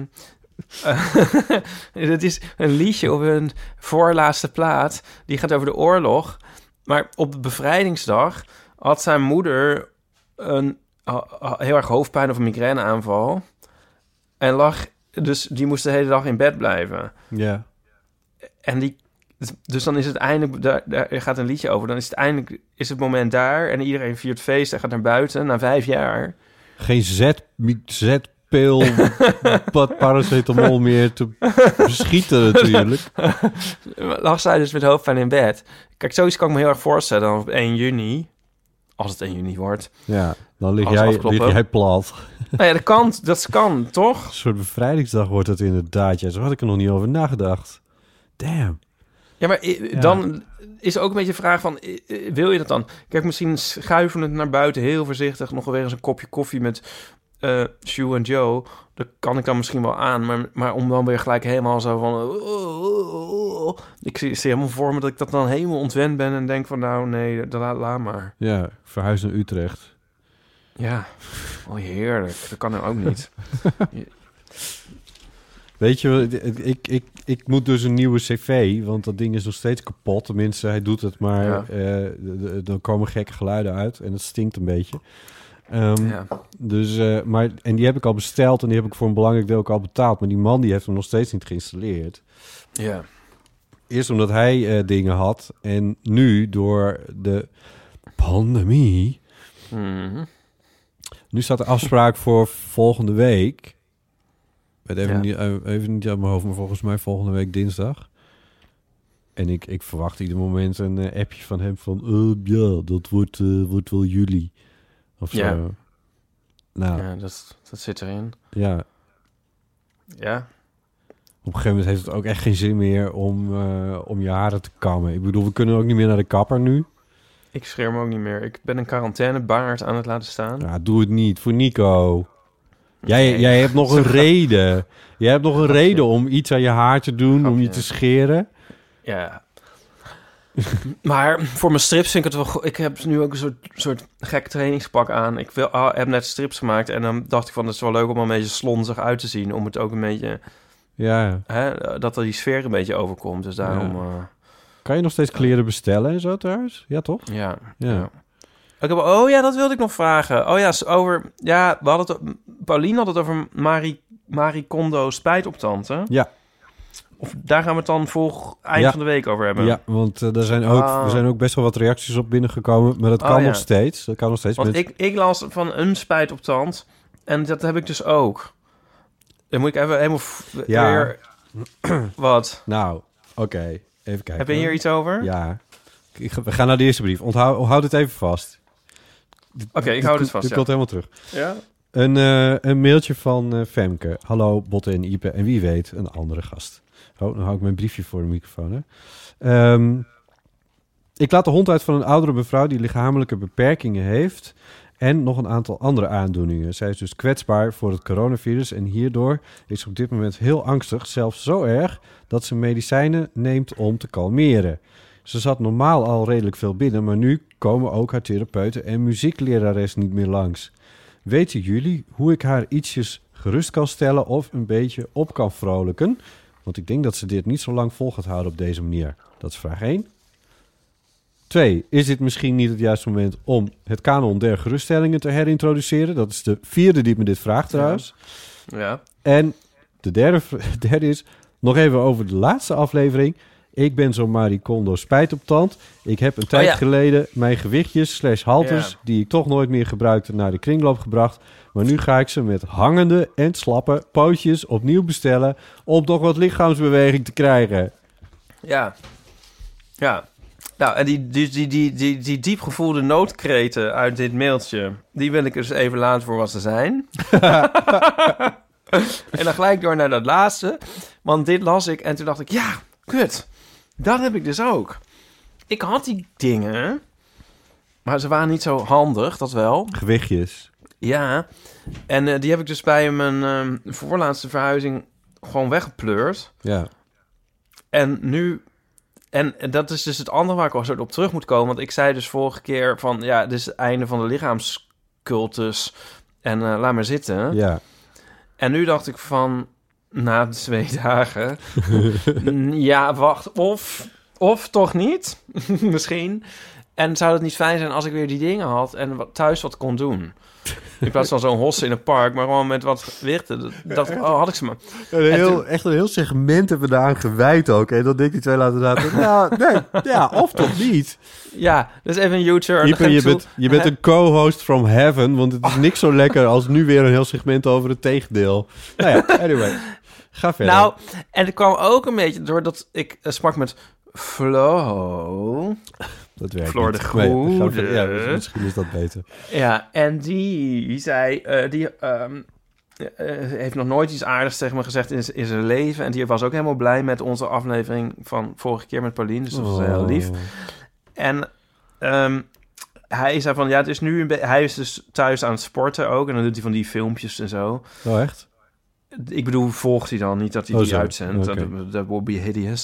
dat is een liedje op hun voorlaatste plaat. Die gaat over de oorlog. Maar op de bevrijdingsdag had zijn moeder een heel erg hoofdpijn of een migraineaanval. En lag... Dus die moest de hele dag in bed blijven. Ja. En dus dan is het eindelijk... Daar gaat een liedje over. Dan is het eindelijk... Is het moment daar. En iedereen viert feest en gaat naar buiten. Na 5 jaar. Geen zetpil... paracetamol meer te beschieten natuurlijk. Lag zij dus met hoofdpijn in bed. Kijk, zoiets kan ik me heel erg voorstellen. Dan op 1 juni... Als het 1 juni wordt. Ja, dan lig jij plat. Nou ja, dat kan, toch? Een soort bevrijdingsdag wordt het inderdaad. Ja, zo had ik er nog niet over nagedacht. Damn. Ja, maar dan is ook een beetje de vraag van... Wil je dat dan? Kijk, misschien schuiven het naar buiten heel voorzichtig. Nog weer eens een kopje koffie met Sue en Joe, dat kan ik dan misschien wel aan. Maar om dan weer gelijk helemaal zo van... Ik zie helemaal voor me dat ik dat dan helemaal ontwend ben... en denk van nou, nee, laat maar. Ja, verhuis naar Utrecht. Ja, heerlijk. Dat kan er ook niet. Weet je, ik moet dus een nieuwe cv, want dat ding is nog steeds kapot. Tenminste, hij doet het, maar er komen gekke geluiden uit en het stinkt een beetje. Dus, en die heb ik al besteld en die heb ik voor een belangrijk deel ook al betaald. Maar die man die heeft hem nog steeds niet geïnstalleerd. Ja. Eerst omdat hij dingen had en nu door de pandemie. Mm-hmm. Nu staat de afspraak voor volgende week. Even niet uit mijn hoofd, maar volgens mij volgende week dinsdag. En ik verwacht ieder moment een appje van hem van... dat wordt wel juli. Of ja. zo. Nou, ja, dat zit erin. Ja. Ja. Op een gegeven moment heeft het ook echt geen zin meer om je haren te kammen. Ik bedoel, we kunnen ook niet meer naar de kapper nu. Ik scheer me ook niet meer. Ik ben een quarantainebaard aan het laten staan. Ja, doe het niet. Voor Nico. Jij hebt nog een reden. Jij hebt nog een reden om iets aan je haar te doen, om je te scheren. Ja. Maar voor mijn strips vind ik het wel... Ik heb nu ook een soort gek trainingspak aan. Ik heb net strips gemaakt en dan dacht ik van... het is wel leuk om een beetje slonzig uit te zien. Om het ook een beetje... Ja. Dat er die sfeer een beetje overkomt. Dus daarom... Kan je nog steeds kleren bestellen en zo thuis? Ja, toch? Ja. Dat wilde ik nog vragen. Over... Ja, we hadden het... Paulien had het over Marie Kondo spijt op tante. Ja. Of daar gaan we het dan eind van de week over hebben. Ja, want er zijn ook best wel wat reacties op binnengekomen. Maar dat kan nog steeds. Dat kan nog steeds. Want ik las van een spijt op tand. En dat heb ik dus ook. Dan moet ik even helemaal weer... Wat? Nou, oké. Even kijken. Heb je hier iets over? Ja. We gaan naar de eerste brief. Onthoud het even vast. Oké, ik hou het vast. Dit komt helemaal terug. Ja? Een mailtje van Femke. Hallo, Botte en Ipe. En wie weet, een andere gast. Oh, dan hou ik mijn briefje voor de microfoon. Hè. Ik laat de hond uit van een oudere mevrouw die lichamelijke beperkingen heeft en nog een aantal andere aandoeningen. Zij is dus kwetsbaar voor het coronavirus en hierdoor is ze op dit moment heel angstig, zelfs zo erg dat ze medicijnen neemt om te kalmeren. Ze zat normaal al redelijk veel binnen, maar nu komen ook haar therapeuten en muzieklerares niet meer langs. Weten jullie hoe ik haar ietsjes gerust kan stellen of een beetje op kan vrolijken? Want ik denk dat ze dit niet zo lang vol gaat houden op deze manier. Dat is vraag 1. 2. Is dit misschien niet het juiste moment om het kanon der geruststellingen te herintroduceren? Dat is de 4e die me dit vraagt trouwens. Ja. En de derde is nog even over de laatste aflevering. Ik ben zo'n Marie Kondo spijt op tand. Ik heb een tijd geleden mijn gewichtjes / halters... die ik toch nooit meer gebruikte naar de kringloop gebracht. Maar nu ga ik ze met hangende en slappe pootjes opnieuw bestellen... om toch wat lichaamsbeweging te krijgen. Ja. Ja. Nou, en die diep gevoelde noodkreten uit dit mailtje... die wil ik dus even laten voor wat ze zijn. En dan gelijk door naar dat laatste. Want dit las ik en toen dacht ik... ja, kut. Dat heb ik dus ook. Ik had die dingen... maar ze waren niet zo handig, dat wel. Gewichtjes. Ja. En die heb ik dus bij mijn voorlaatste verhuizing... gewoon weggepleurd. Ja. En nu... En dat is dus het andere waar ik al soort op terug moet komen. Want ik zei dus vorige keer van... ja, dit is het einde van de lichaamscultus. En laat maar zitten. Ja. En nu dacht ik van... na 2 dagen... ja, wacht. Of toch niet. Misschien. En zou het niet fijn zijn als ik weer die dingen had... en thuis wat kon doen. In plaats van zo'n hossen in een park... maar gewoon met wat gewichten. Dat had ik ze maar. Echt een heel segment hebben we daaraan gewijd ook. En dan denk ik 2 later... ja, of toch niet. Ja, dus even een U-turn. Je bent een co-host from heaven... want het is niks zo lekker als nu weer een heel segment over het tegendeel. Nou ja, anyway. Ga verder. Nou, en het kwam ook een beetje doordat ik sprak met Flo... Dat werkt Floor de niet. Goede. Ja, misschien is dat beter. Ja, en die zei... heeft nog nooit iets aardigs tegen me gezegd in zijn leven. En die was ook helemaal blij met onze aflevering van vorige keer met Pauline. Dus dat was heel lief. En hij zei van, ja, het is nu hij is dus thuis aan het sporten ook. En dan doet hij van die filmpjes en zo. Oh, echt? Ik bedoel, volgt hij dan niet dat hij die zo. uitzendt. Okay. Dat will be hideous.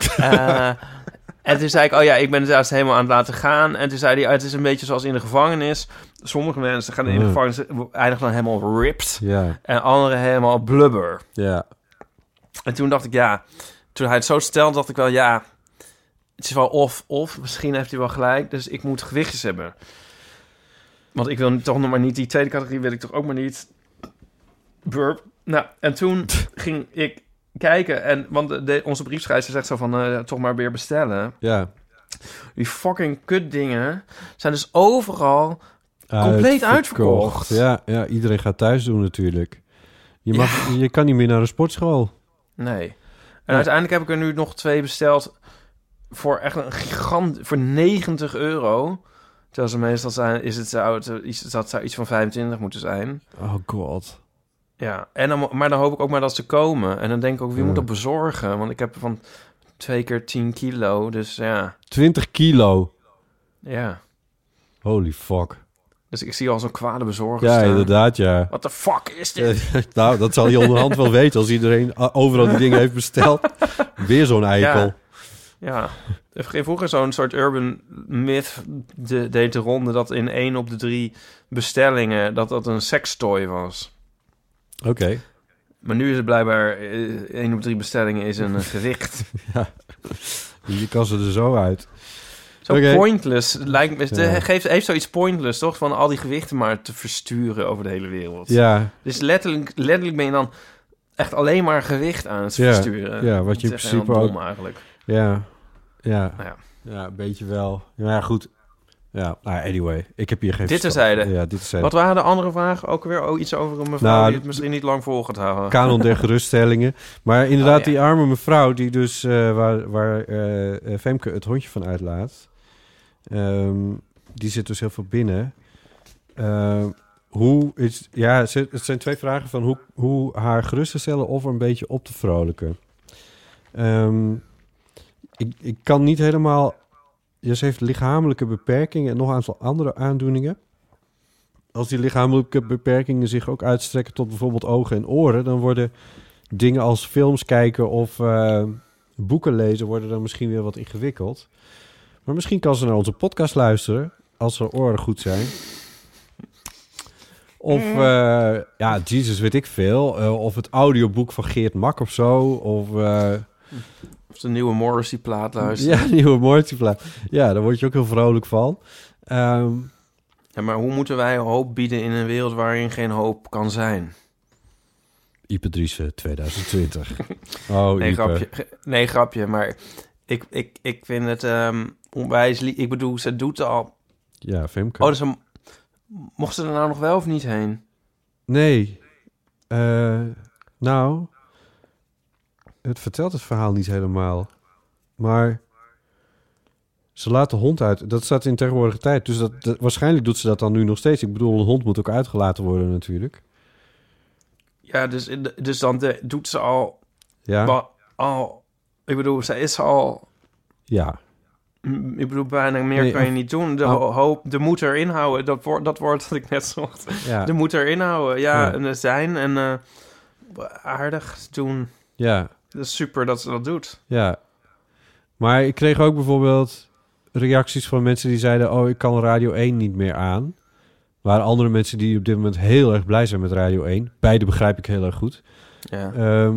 En toen zei ik, ik ben het juist helemaal aan het laten gaan. En toen zei hij, het is een beetje zoals in de gevangenis. Sommige mensen gaan in de gevangenis, eindigen dan helemaal ripped. Ja. En anderen helemaal blubber. Ja. En toen dacht ik, toen hij het zo stelde, dacht ik wel, het is wel of. Misschien heeft hij wel gelijk. Dus ik moet gewichtjes hebben. Want ik wil toch nog maar niet, die tweede categorie wil ik toch ook maar niet. Burp. Nou, en toen ging ik kijken. Want onze briefschrijver zegt zo van, toch maar weer bestellen. Ja. Die fucking kutdingen zijn dus overal compleet uitverkocht. Ja, iedereen gaat thuis doen natuurlijk. Je kan niet meer naar een sportschool. Nee. En uiteindelijk heb ik er nu nog 2 besteld voor echt een gigant, voor €90. Terwijl ze meestal zijn, dat zou iets van 25 moeten zijn. Oh god. Ja, maar dan hoop ik ook maar dat ze komen. En dan denk ik ook, wie moet dat bezorgen? Want ik heb van 2 keer 10 kilo, dus ja. 20 kilo? Ja. Holy fuck. Dus ik zie al zo'n kwade bezorger Ja, staan. inderdaad, ja. What the fuck is dit? Nou, dat zal je onderhand wel weten als iedereen overal die dingen heeft besteld. Weer zo'n eikel. Ja. Er ging vroeger zo'n soort urban myth deed de ronde dat in 1 op de 3 bestellingen dat een sextoy was. Oké. Maar nu is het blijkbaar 1 op 3 bestellingen is een gewicht. Ja. Je kan ze er zo uit. Zo pointless. Lijkt me, heeft zoiets pointless, toch? Van al die gewichten maar te versturen over de hele wereld. Ja. Dus letterlijk ben je dan echt alleen maar gewicht aan het versturen. Ja, wat je in principe ook... eigenlijk. Ja, een beetje wel. Ja, goed. Ja, anyway. Ik heb hier geen... Dit terzijde. Ja, dit terzijde. Wat waren de andere vragen? Ook weer iets over een mevrouw die het misschien niet lang vol gaat houden. Kanon der geruststellingen. Maar inderdaad, die arme mevrouw die dus... waar Femke het hondje van uitlaat... die zit dus heel veel binnen. Het zijn 2 vragen van hoe haar gerust te stellen of er een beetje op te vrolijken. Ik kan niet helemaal... Ze heeft lichamelijke beperkingen en nog een aantal andere aandoeningen. Als die lichamelijke beperkingen zich ook uitstrekken tot bijvoorbeeld ogen en oren... dan worden dingen als films kijken of boeken lezen... worden dan misschien weer wat ingewikkeld. Maar misschien kan ze naar onze podcast luisteren... als haar oren goed zijn. Of, Jesus, weet ik veel. Of het audioboek van Geert Mak of zo. Of de nieuwe Morrissey-plaat luisteren. Ja, nieuwe Morrissey-plaat. Ja, daar word je ook heel vrolijk van. Maar hoe moeten wij hoop bieden in een wereld waarin geen hoop kan zijn? Ipe Driessen, 2020. Nee, grapje. Maar ik vind het onwijs... Ik bedoel, ze doet al... Ja, Femke. Dus mocht ze er nou nog wel of niet heen? Nee. Het vertelt het verhaal niet helemaal. Maar ze laat de hond uit. Dat staat in tegenwoordige tijd. Dus waarschijnlijk doet ze dat dan nu nog steeds. Ik bedoel, een hond moet ook uitgelaten worden natuurlijk. Ja, dus dan doet ze al... Ja. Ik bedoel, ze is al... Ja. Ik bedoel, bijna meer kan je niet doen. De moet erin houden. Dat woord dat ik net zocht. Ja. De moet erin houden. Ja. En zijn en aardig doen. Ja. Dat is super dat ze dat doet. Ja. Maar ik kreeg ook bijvoorbeeld reacties van mensen die zeiden... ik kan Radio 1 niet meer aan. Er waren andere mensen die op dit moment heel erg blij zijn met Radio 1. Beide begrijp ik heel erg goed. Ja.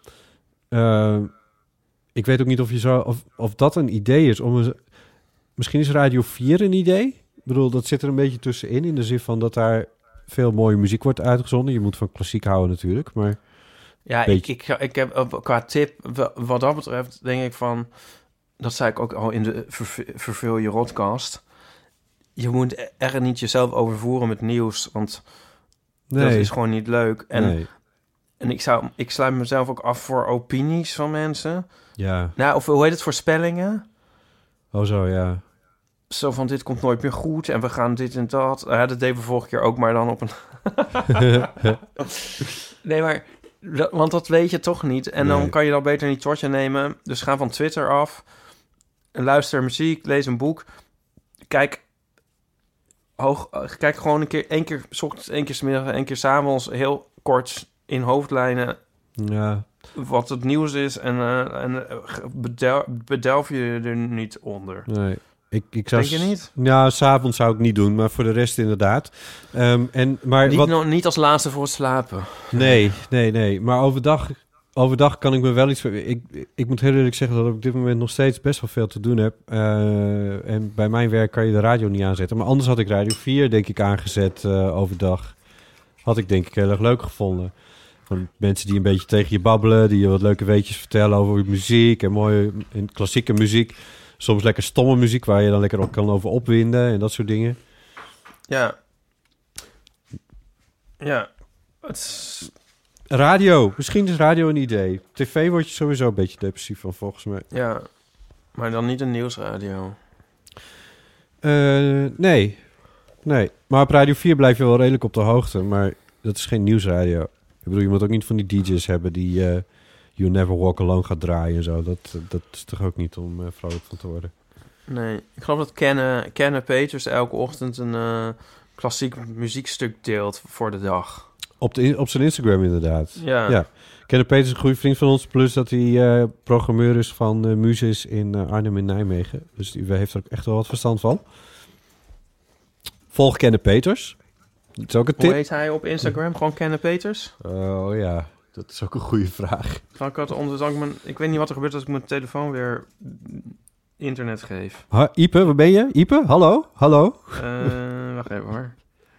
Ik weet ook niet of dat een idee is. Misschien is Radio 4 een idee. Ik bedoel, dat zit er een beetje tussenin. In de zin van dat daar veel mooie muziek wordt uitgezonden. Je moet van klassiek houden natuurlijk. Maar ja, ik heb qua tip... Wat dat betreft denk ik van... Dat zei ik ook al in de Verveel je Rodcast. Je moet echt niet jezelf overvoeren met nieuws. Want dat is gewoon niet leuk. En ik sluit mezelf ook af voor opinies van mensen. Ja. Nou, of hoe heet het, voorspellingen? Oh zo, ja. Zo van, dit komt nooit meer goed en we gaan dit en dat. Dat deden we vorige keer ook, maar dan op een... Nee, maar... Want dat weet je toch niet. En dan kan je dat beter niet tot je nemen. Dus ga van Twitter af. Luister muziek, lees een boek. Kijk, kijk gewoon één keer 's ochtends, één keer 's middags, één keer 's avonds, heel kort in hoofdlijnen Ja. wat het nieuws is en bedelf je er niet onder. Nee. Ik zou Denk je niet? Ja, 's avonds zou ik niet doen, maar voor de rest inderdaad. Maar Niet als laatste voor het slapen. Nee. Maar overdag kan ik me wel iets... Ik moet heel eerlijk zeggen dat ik op dit moment nog steeds best wel veel te doen heb. En bij mijn werk kan je de radio niet aanzetten. Maar anders had ik Radio 4, denk ik, aangezet overdag. Had ik denk ik heel erg leuk gevonden. Van mensen die een beetje tegen je babbelen, die je wat leuke weetjes vertellen over muziek en mooie en klassieke muziek. Soms lekker stomme muziek waar je dan lekker op kan over opwinden en dat soort dingen. Ja. Het is... Radio. Misschien is radio een idee. TV word je sowieso een beetje depressief van, volgens mij. Ja, maar dan niet een nieuwsradio. Nee. Maar op Radio 4 blijf je wel redelijk op de hoogte. Maar dat is geen nieuwsradio. Ik bedoel, je moet ook niet van die DJ's hebben die You Never Walk Alone gaat draaien en zo. Dat is toch ook niet om vrolijk van te worden. Nee, ik geloof dat Kenne Peters elke ochtend een klassiek muziekstuk deelt voor de dag. Op zijn Instagram inderdaad. Ja. Kenneth Peters is een goede vriend van ons. Plus dat hij programmeur is van Muses in Arnhem en Nijmegen. Dus die heeft er ook echt wel wat verstand van. Volg Kenneth Peters. Dat is ook een tip. Hoe heet hij op Instagram? Gewoon Kenne Peters? Oh ja, dat is ook een goede vraag. Ik weet niet wat er gebeurt als ik mijn telefoon weer internet geef. Ipe, waar ben je? Ipe, hallo? Wacht even hoor.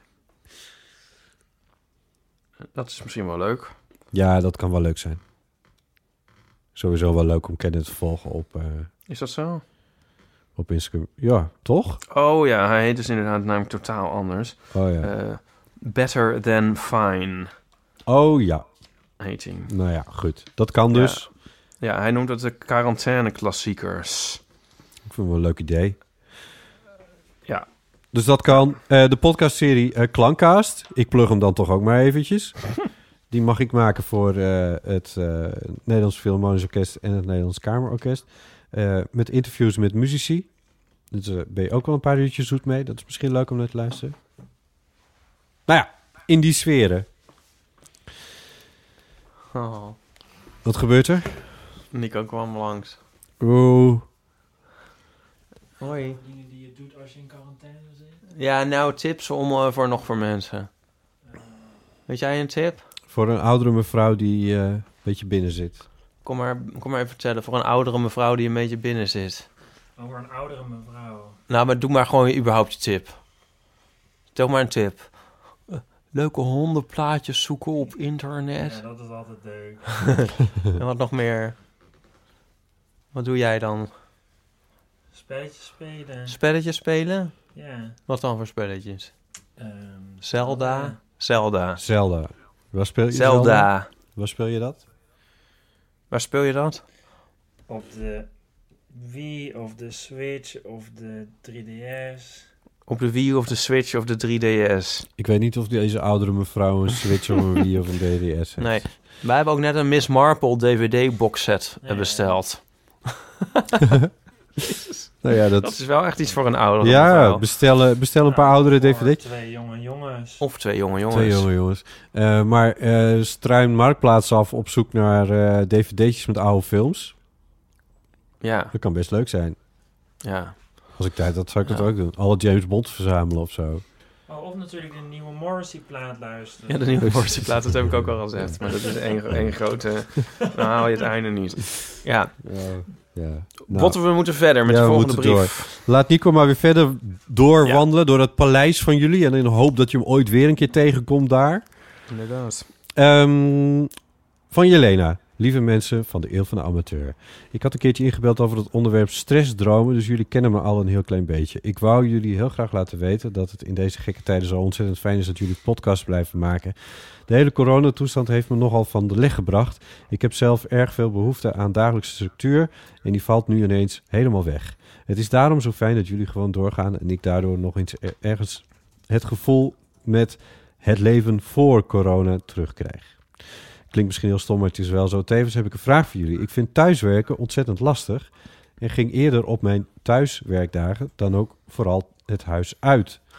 Dat is misschien wel leuk. Ja, dat kan wel leuk zijn. Sowieso wel leuk om Kenneth te volgen Is dat zo? op Instagram. Ja, toch? Oh ja, hij heet dus inderdaad namelijk totaal anders. Oh ja. Better Than Fine Oh ja. heet hij. Nou ja, goed. Dat kan dus. Ja, hij noemt het de quarantaine-klassiekers. Ik vind het wel een leuk idee. Ja. Dus dat kan. De podcastserie Klankcast. Ik plug hem dan toch ook maar eventjes. Die mag ik maken voor het Nederlands Philharmonisch Orkest en het Nederlands Kamerorkest. Met interviews met muzici. Dus ben je ook wel een paar uurtjes zoet mee. Dat is misschien leuk om naar te luisteren. Nou ja, in die sferen. Oh. Wat gebeurt er? Nico kwam langs. Oeh. Hoi. Dingen die je doet als je in quarantaine zit. Ja, nou, tips voor mensen. Weet jij een tip? Voor een oudere mevrouw die een beetje binnen zit. Kom maar even vertellen. Voor een oudere mevrouw die een beetje binnen zit. Over een oudere mevrouw. Nou, maar doe maar gewoon überhaupt je tip. Tel maar een tip. Leuke hondenplaatjes zoeken op internet. Ja, dat is altijd leuk. En wat nog meer? Wat doe jij dan? Spelletjes spelen. Spelletjes spelen? Ja. Wat dan voor spelletjes? ehm, Zelda? Zelda. Zelda. Waar speel je Zelda. Waar speel je dat? Waar speel je dat? Op de Wii of de Switch of de 3DS. Op de Wii of de Switch of de 3DS. Ik weet niet of deze oudere mevrouw een Switch of een Wii of een DDS heeft. Nee. Wij hebben ook net een Miss Marple DVD-box set Ja. besteld. Nou ja, Dat is wel echt iets voor een oudere ja, mevrouw. bestel een paar oudere Voor DVD's. 2 jonge jongens. Of 2 jonge jongens. 2 jonge jongens. Maar struin Marktplaats af op zoek naar DVD'tjes met oude films. Ja, Dat kan best leuk zijn. ja. Als ik tijd had, zou ik dat Ja. ook doen. Alle James Bond verzamelen of zo. Oh, of natuurlijk de nieuwe Morrissey-plaat luisteren. Ja, de nieuwe Morrissey-plaat, dat heb ik ook al gezegd. Maar dat is één grote... Dan haal je het einde niet. Ja, Ja. we moeten verder met Ja, de we volgende moeten brief. Laat Nico maar weer verder doorwandelen door het paleis van jullie. En in de hoop dat je hem ooit weer een keer tegenkomt daar. Inderdaad. Van Jelena. Lieve mensen van de Eeuw van de Amateur. Ik had een keertje ingebeld over het onderwerp stressdromen, dus jullie kennen me al een heel klein beetje. Ik wou jullie heel graag laten weten dat het in deze gekke tijden zo ontzettend fijn is dat jullie podcast blijven maken. De hele coronatoestand heeft me nogal van de leg gebracht. Ik heb zelf erg veel behoefte aan dagelijkse structuur en die valt nu ineens helemaal weg. Het is daarom zo fijn dat jullie gewoon doorgaan en ik daardoor nog eens ergens het gevoel met het leven voor corona terugkrijg. Klinkt misschien heel stom, maar het is wel zo. Tevens heb ik een vraag voor jullie. Ik vind thuiswerken ontzettend lastig en ging eerder op mijn thuiswerkdagen dan ook vooral het huis uit.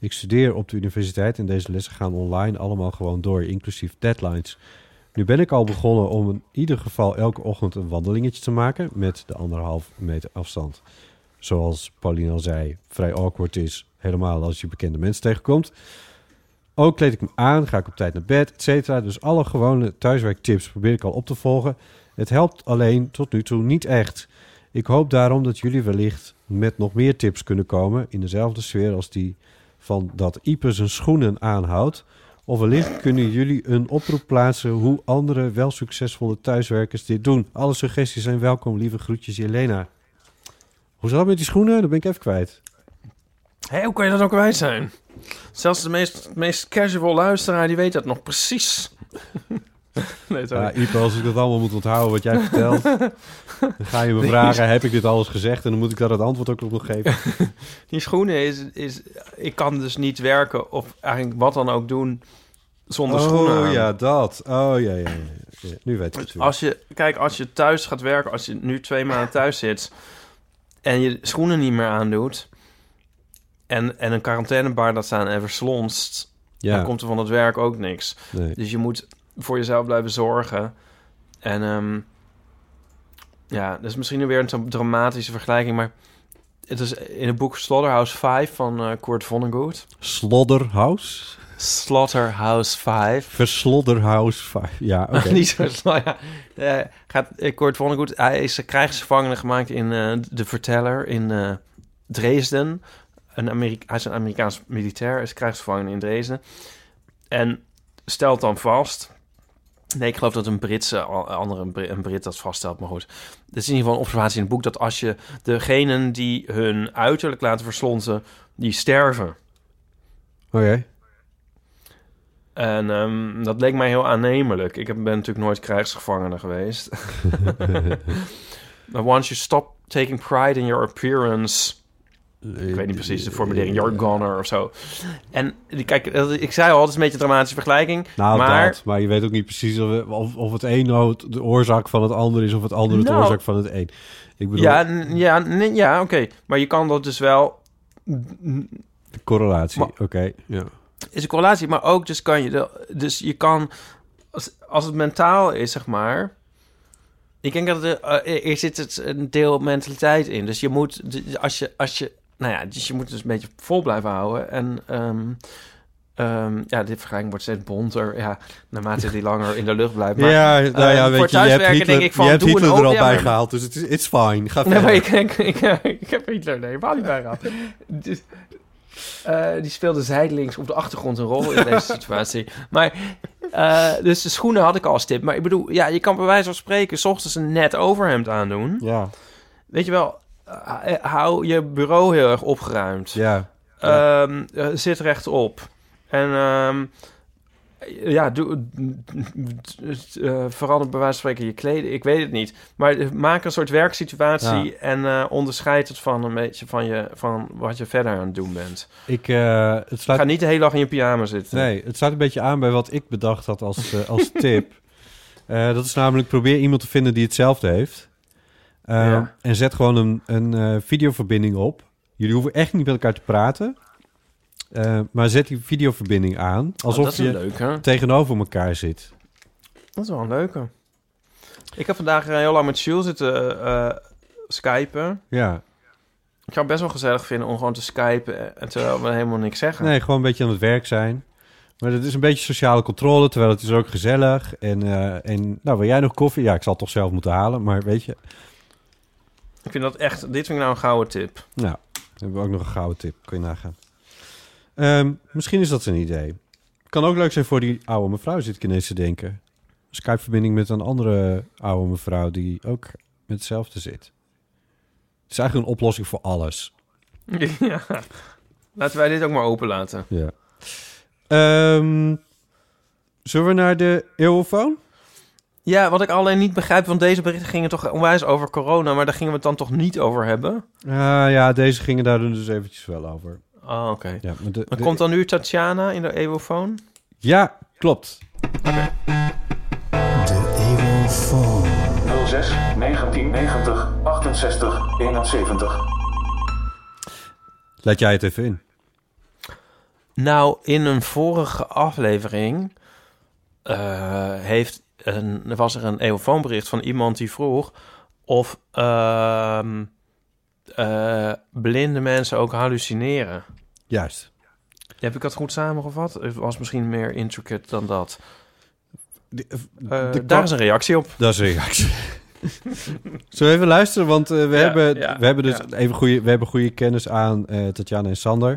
Ik studeer op de universiteit en deze lessen gaan online allemaal gewoon door, inclusief deadlines. Nu ben ik al begonnen om in ieder geval elke ochtend een wandelingetje te maken met de 1,5 meter afstand. Zoals Pauline al zei, vrij awkward is, helemaal als je bekende mensen tegenkomt. Ook kleed ik me aan, ga ik op tijd naar bed, et cetera. Dus alle gewone thuiswerktips probeer ik al op te volgen. Het helpt alleen tot nu toe niet echt. Ik hoop daarom dat jullie wellicht met nog meer tips kunnen komen in dezelfde sfeer als die van dat Ipe zijn schoenen aanhoudt. Of wellicht kunnen jullie een oproep plaatsen hoe andere wel succesvolle thuiswerkers dit doen. Alle suggesties zijn welkom. Lieve groetjes, Jelena. Hoe zat het met die schoenen? Dat ben ik even kwijt. Hé, hoe kan je dat ook kwijt zijn? Zelfs de meest casual luisteraar, die weet dat nog precies. Nee, ja, Ipe, als ik dat allemaal moet onthouden wat jij vertelt, dan ga je me vragen, heb ik dit alles gezegd? En dan moet ik daar het antwoord ook nog geven. Die schoenen is... Ik kan dus niet werken of eigenlijk wat dan ook doen zonder schoenen aan. Oh ja, dat. Oh ja. Nu weet ik het weer. Als je thuis gaat werken, als je nu 2 maanden thuis zit en je schoenen niet meer aandoet en een quarantainebar dat staan en verslonst, dan komt er van het werk ook niks. Nee. Dus je moet voor jezelf blijven zorgen. En dat is misschien nu weer een dramatische vergelijking, maar het is in het boek Slaughterhouse 5 van Kurt Vonnegut. Slaughterhouse 5. Verslaughterhouse 5. Ja, oké. Niet zo Kurt Vonnegut, hij is krijgsgevangene gemaakt in De Verteller in Dresden. Hij is een Amerikaans militair, is krijgsgevangene in Dresden. En stelt dan vast... Nee, ik geloof dat een Brit dat vaststelt, maar goed. Het is in ieder geval een observatie in het boek dat als je degenen die hun uiterlijk laten verslonzen, die sterven. Oké. En dat leek mij heel aannemelijk. Ik ben natuurlijk nooit krijgsgevangene geweest. But once you stop taking pride in your appearance... Ik weet niet precies de formulering, you're goner of zo. En kijk, ik zei al, het is een beetje een dramatische vergelijking. Nou, maar je weet ook niet precies of het een de oorzaak van het ander is of het andere de oorzaak van het een. Ik bedoel... Ja, oké. Maar je kan dat dus wel... De correlatie, oké. Ja. Is een correlatie, maar ook dus kan je... Dus je kan... Als het mentaal is, zeg maar... Ik denk dat er zit een deel mentaliteit in. Dus je moet... Als je dus je moet dus een beetje vol blijven houden. En dit vergelijking wordt steeds bonter. Ja, naarmate die langer in de lucht blijft. Maar, weet je, je hebt Hitler er al bij gehaald. Dus it's fine. Ga verder. Nee, maar ik heb Hitler helemaal niet bijgehaald. Dus, die speelde zijdelings op de achtergrond een rol in deze situatie. Maar, dus de schoenen had ik al als tip. Maar ik bedoel, je kan bij wijze van spreken 's ochtends een net overhemd aandoen. Ja. Weet je wel... hou je bureau heel erg opgeruimd. Ja. Zit rechtop. En verander bij wijze van spreken je kleding. Ik weet het niet. Maar maak een soort werksituatie en onderscheid het van een beetje van wat je verder aan het doen bent. Ga niet de hele dag in je pyjama zitten. Nee, het sluit een beetje aan bij wat ik bedacht had als tip. Dat is namelijk probeer iemand te vinden die hetzelfde heeft. En zet gewoon een videoverbinding op. Jullie hoeven echt niet met elkaar te praten. Maar zet die videoverbinding aan. Alsof je tegenover elkaar zit. Dat is wel een leuke. Ik heb vandaag heel lang met Jules zitten skypen. Ja. Ik zou het best wel gezellig vinden om gewoon te skypen... terwijl we helemaal niks zeggen. Nee, gewoon een beetje aan het werk zijn. Maar het is een beetje sociale controle, terwijl het is ook gezellig. En wil jij nog koffie? Ja, ik zal het toch zelf moeten halen, maar weet je... Ik vind dat echt... Dit vind ik nou een gouden tip. Nou, dan hebben we ook nog een gouden tip. Kun je nagaan. Misschien is dat een idee. Kan ook leuk zijn voor die oude mevrouw, zit ik ineens te denken. Skype-verbinding met een andere oude mevrouw die ook met hetzelfde zit. Het is eigenlijk een oplossing voor alles. Ja. Laten wij dit ook maar open laten. Ja. Zullen we naar de eeuwofoon? Ja, wat ik alleen niet begrijp, want deze berichten gingen toch onwijs over corona, maar daar gingen we het dan toch niet over hebben? Ja, deze gingen daar dus eventjes wel over. Oh, oké. Ja, maar komt dan nu Tatjana in de eeuwofoon? Ja, klopt. Oké. De eeuwofoon. 06 1990 68 71. Laat jij het even in. Nou, in een vorige aflevering was er een eeuwfoonbericht van iemand die vroeg of blinde mensen ook hallucineren. Juist. Heb ik dat goed samengevat? Het was misschien meer intricate dan dat. Daar is een reactie op. Dat is een reactie. Zullen we even luisteren? Want we hebben goede kennis aan Tatjana en Sander.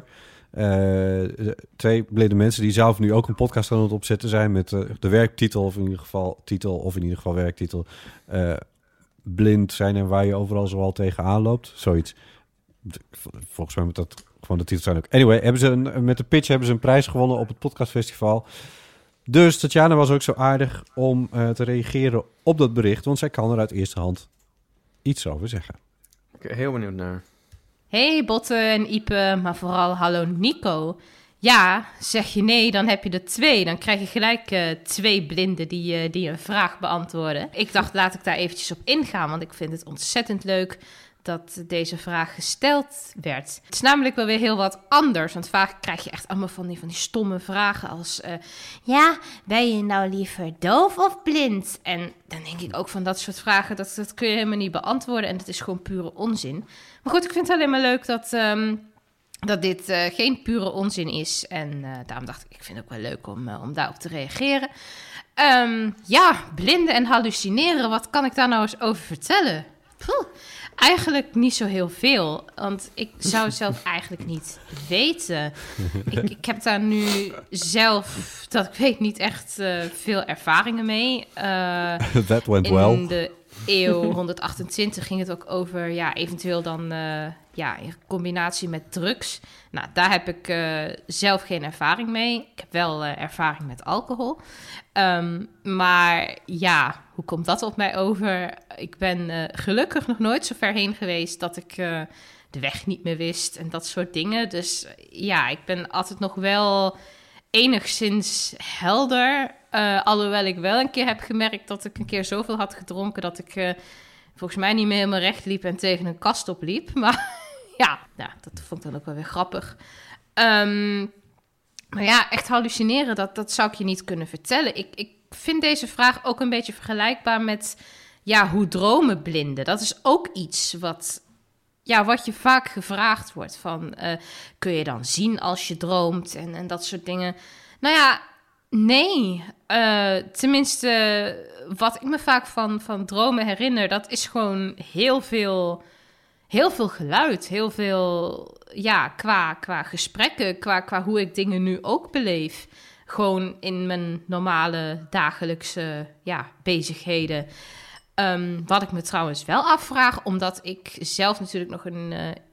2 blinde mensen die zelf nu ook een podcast aan het opzetten zijn met de werktitel, of in ieder geval werktitel. Blind zijn en waar je overal zoal tegenaan loopt. Zoiets. Volgens mij moet dat gewoon de titel zijn ook. Anyway, met de pitch hebben ze een prijs gewonnen op het podcastfestival. Dus Tatjana was ook zo aardig om te reageren op dat bericht, want zij kan er uit eerste hand iets over zeggen. Ik ben heel benieuwd naar. Hey Botte en Ipe, maar vooral hallo Nico. Ja, zeg je nee, dan heb je er 2. Dan krijg je gelijk 2 blinden die een vraag beantwoorden. Ik dacht, laat ik daar eventjes op ingaan, want ik vind het ontzettend leuk dat deze vraag gesteld werd. Het is namelijk wel weer heel wat anders, want vaak krijg je echt allemaal van die stomme vragen als ja, ben je nou liever doof of blind? En dan denk ik ook van dat soort vragen, dat kun je helemaal niet beantwoorden en dat is gewoon pure onzin. Maar goed, ik vind het alleen maar leuk dat dit geen pure onzin is en daarom dacht ik vind het ook wel leuk om daarop te reageren. Ja, blinden en hallucineren, wat kan ik daar nou eens over vertellen? Eigenlijk niet zo heel veel, want ik zou het zelf eigenlijk niet weten. Ik heb daar nu zelf, dat ik weet, niet echt veel ervaringen mee. That went well. In de eeuw 128 ging het ook over, ja, eventueel dan in combinatie met drugs. Nou, daar heb ik zelf geen ervaring mee. Ik heb wel ervaring met alcohol. Maar ja, hoe komt dat op mij over? Ik ben gelukkig nog nooit zo ver heen geweest dat ik de weg niet meer wist en dat soort dingen. Dus ja, ik ben altijd nog wel enigszins helder. Alhoewel ik wel een keer heb gemerkt dat ik een keer zoveel had gedronken dat ik volgens mij niet meer helemaal recht liep en tegen een kast opliep. Maar ja, dat vond ik dan ook wel weer grappig. Maar ja, echt hallucineren, dat zou ik je niet kunnen vertellen. Ik vind deze vraag ook een beetje vergelijkbaar met hoe dromen blinden. Dat is ook iets wat je vaak gevraagd wordt. Van, kun je dan zien als je droomt en dat soort dingen. Nou ja, nee. Tenminste, wat ik me vaak van dromen herinner, dat is gewoon heel veel geluid. Heel veel, qua gesprekken, qua hoe ik dingen nu ook beleef. Gewoon in mijn normale dagelijkse bezigheden. Wat ik me trouwens wel afvraag, omdat ik zelf natuurlijk nog een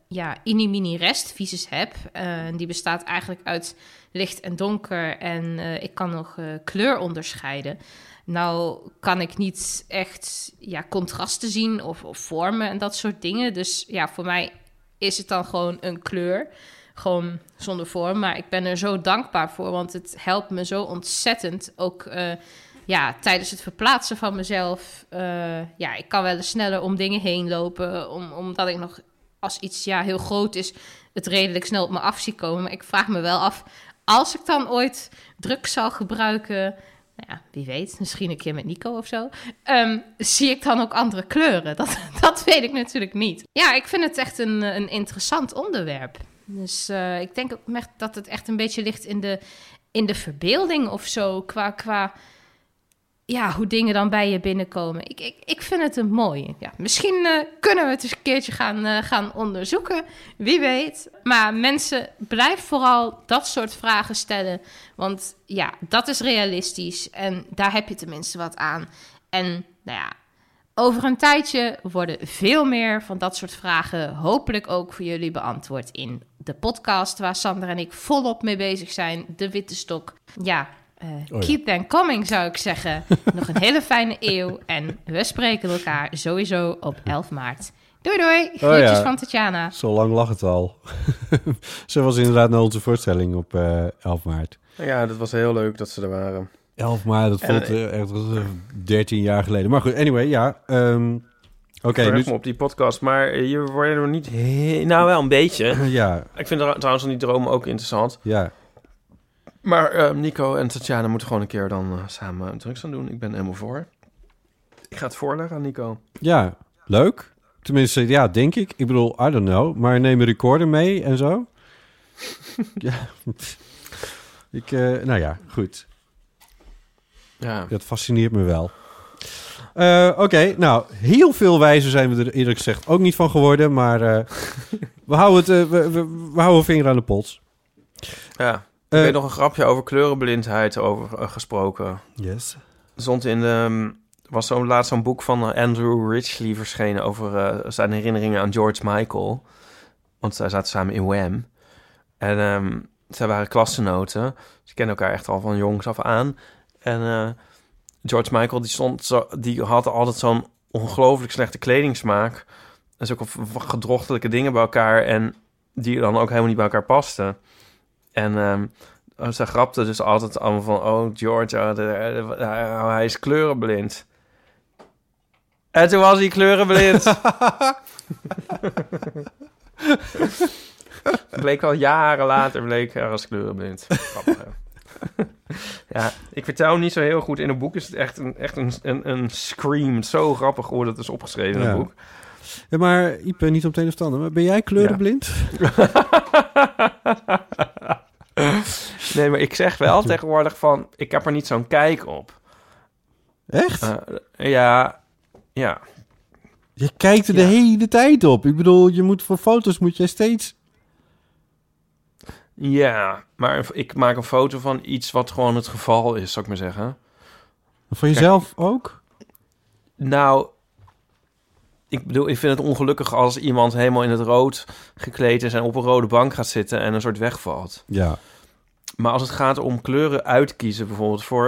mini restvisus heb. Die bestaat eigenlijk uit licht en donker en ik kan nog kleur onderscheiden. Nou kan ik niet echt contrasten zien of vormen en dat soort dingen. Dus ja, voor mij is het dan gewoon een kleur. Gewoon zonder vorm. Maar ik ben er zo dankbaar voor, want het helpt me zo ontzettend. Ook tijdens het verplaatsen van mezelf. Ik kan wel eens sneller om dingen heen lopen. Omdat ik nog, als iets heel groot is, het redelijk snel op me af zie komen. Maar ik vraag me wel af, als ik dan ooit drugs zal gebruiken, wie weet, misschien een keer met Nico of zo, zie ik dan ook andere kleuren? Dat weet ik natuurlijk niet. Ja, ik vind het echt een interessant onderwerp. Dus ik denk ook dat het echt een beetje ligt in de verbeelding of zo, qua hoe dingen dan bij je binnenkomen. Ik vind het een mooie. Ja, misschien kunnen we het eens een keertje gaan onderzoeken. Wie weet. Maar mensen, blijf vooral dat soort vragen stellen. Want dat is realistisch. En daar heb je tenminste wat aan. En over een tijdje worden veel meer van dat soort vragen hopelijk ook voor jullie beantwoord in de podcast waar Sander en ik volop mee bezig zijn. De Witte Stok. Keep them coming, zou ik zeggen. Nog een hele fijne eeuw. En we spreken elkaar sowieso op 11 maart. Doei doei. Groetjes van Tatjana. Zo lang lag het al. Ze was inderdaad naar onze voorstelling op 11 maart. Ja, dat was heel leuk dat ze er waren. 11 maart, dat voelt echt 13 jaar geleden. Maar goed, anyway, Oké, dus op die podcast, maar je wordt er niet... Nou, wel een beetje. Ja. Ik vind trouwens die dromen ook interessant. Ja. Maar Nico en Tatjana moeten gewoon een keer dan samen drugs gaan doen. Ik ben helemaal voor. Ik ga het voorleggen aan Nico. Ja, leuk. Tenminste, ja, denk ik. Ik bedoel, I don't know. Maar neem een recorder mee en zo. Ja. Nou ja, goed. Ja. Dat fascineert me wel. Oké, nou, heel veel wijzer zijn we er eerlijk gezegd ook niet van geworden. Maar we houden een vinger aan de pols. Ja. Ik weet nog een grapje over kleurenblindheid gesproken. Yes. Stond was laatst zo'n boek van Andrew Ridgeley verschenen over zijn herinneringen aan George Michael. Want zij zaten samen in Wham. En zij waren klasgenoten. Ze kennen elkaar echt al van jongs af aan. En George Michael die had altijd zo'n ongelooflijk slechte kledingsmaak. En zulke gedrochtelijke dingen bij elkaar. En die dan ook helemaal niet bij elkaar pasten. En ze grapte dus altijd allemaal van... Oh, George, hij is kleurenblind. En toen was hij kleurenblind. Bleek al jaren later, hij was kleurenblind. Grappig, hè? Ja, ik vertel hem niet zo heel goed. In een boek is het echt een scream. Zo grappig hoe dat is opgeschreven in een boek. Ja, maar Ipe, niet op het een of het ander. Maar ben jij kleurenblind? Ja. Nee, maar ik zeg wel tegenwoordig van... Ik heb er niet zo'n kijk op. Echt? Ja. Je kijkt er de hele tijd op. Ik bedoel, voor foto's moet je steeds... Ja, maar ik maak een foto van iets wat gewoon het geval is, zou ik maar zeggen. Van jezelf ook? Nou, ik bedoel, ik vind het ongelukkig als iemand helemaal in het rood gekleed is en op een rode bank gaat zitten en een soort wegvalt. Ja. Maar als het gaat om kleuren uitkiezen, bijvoorbeeld voor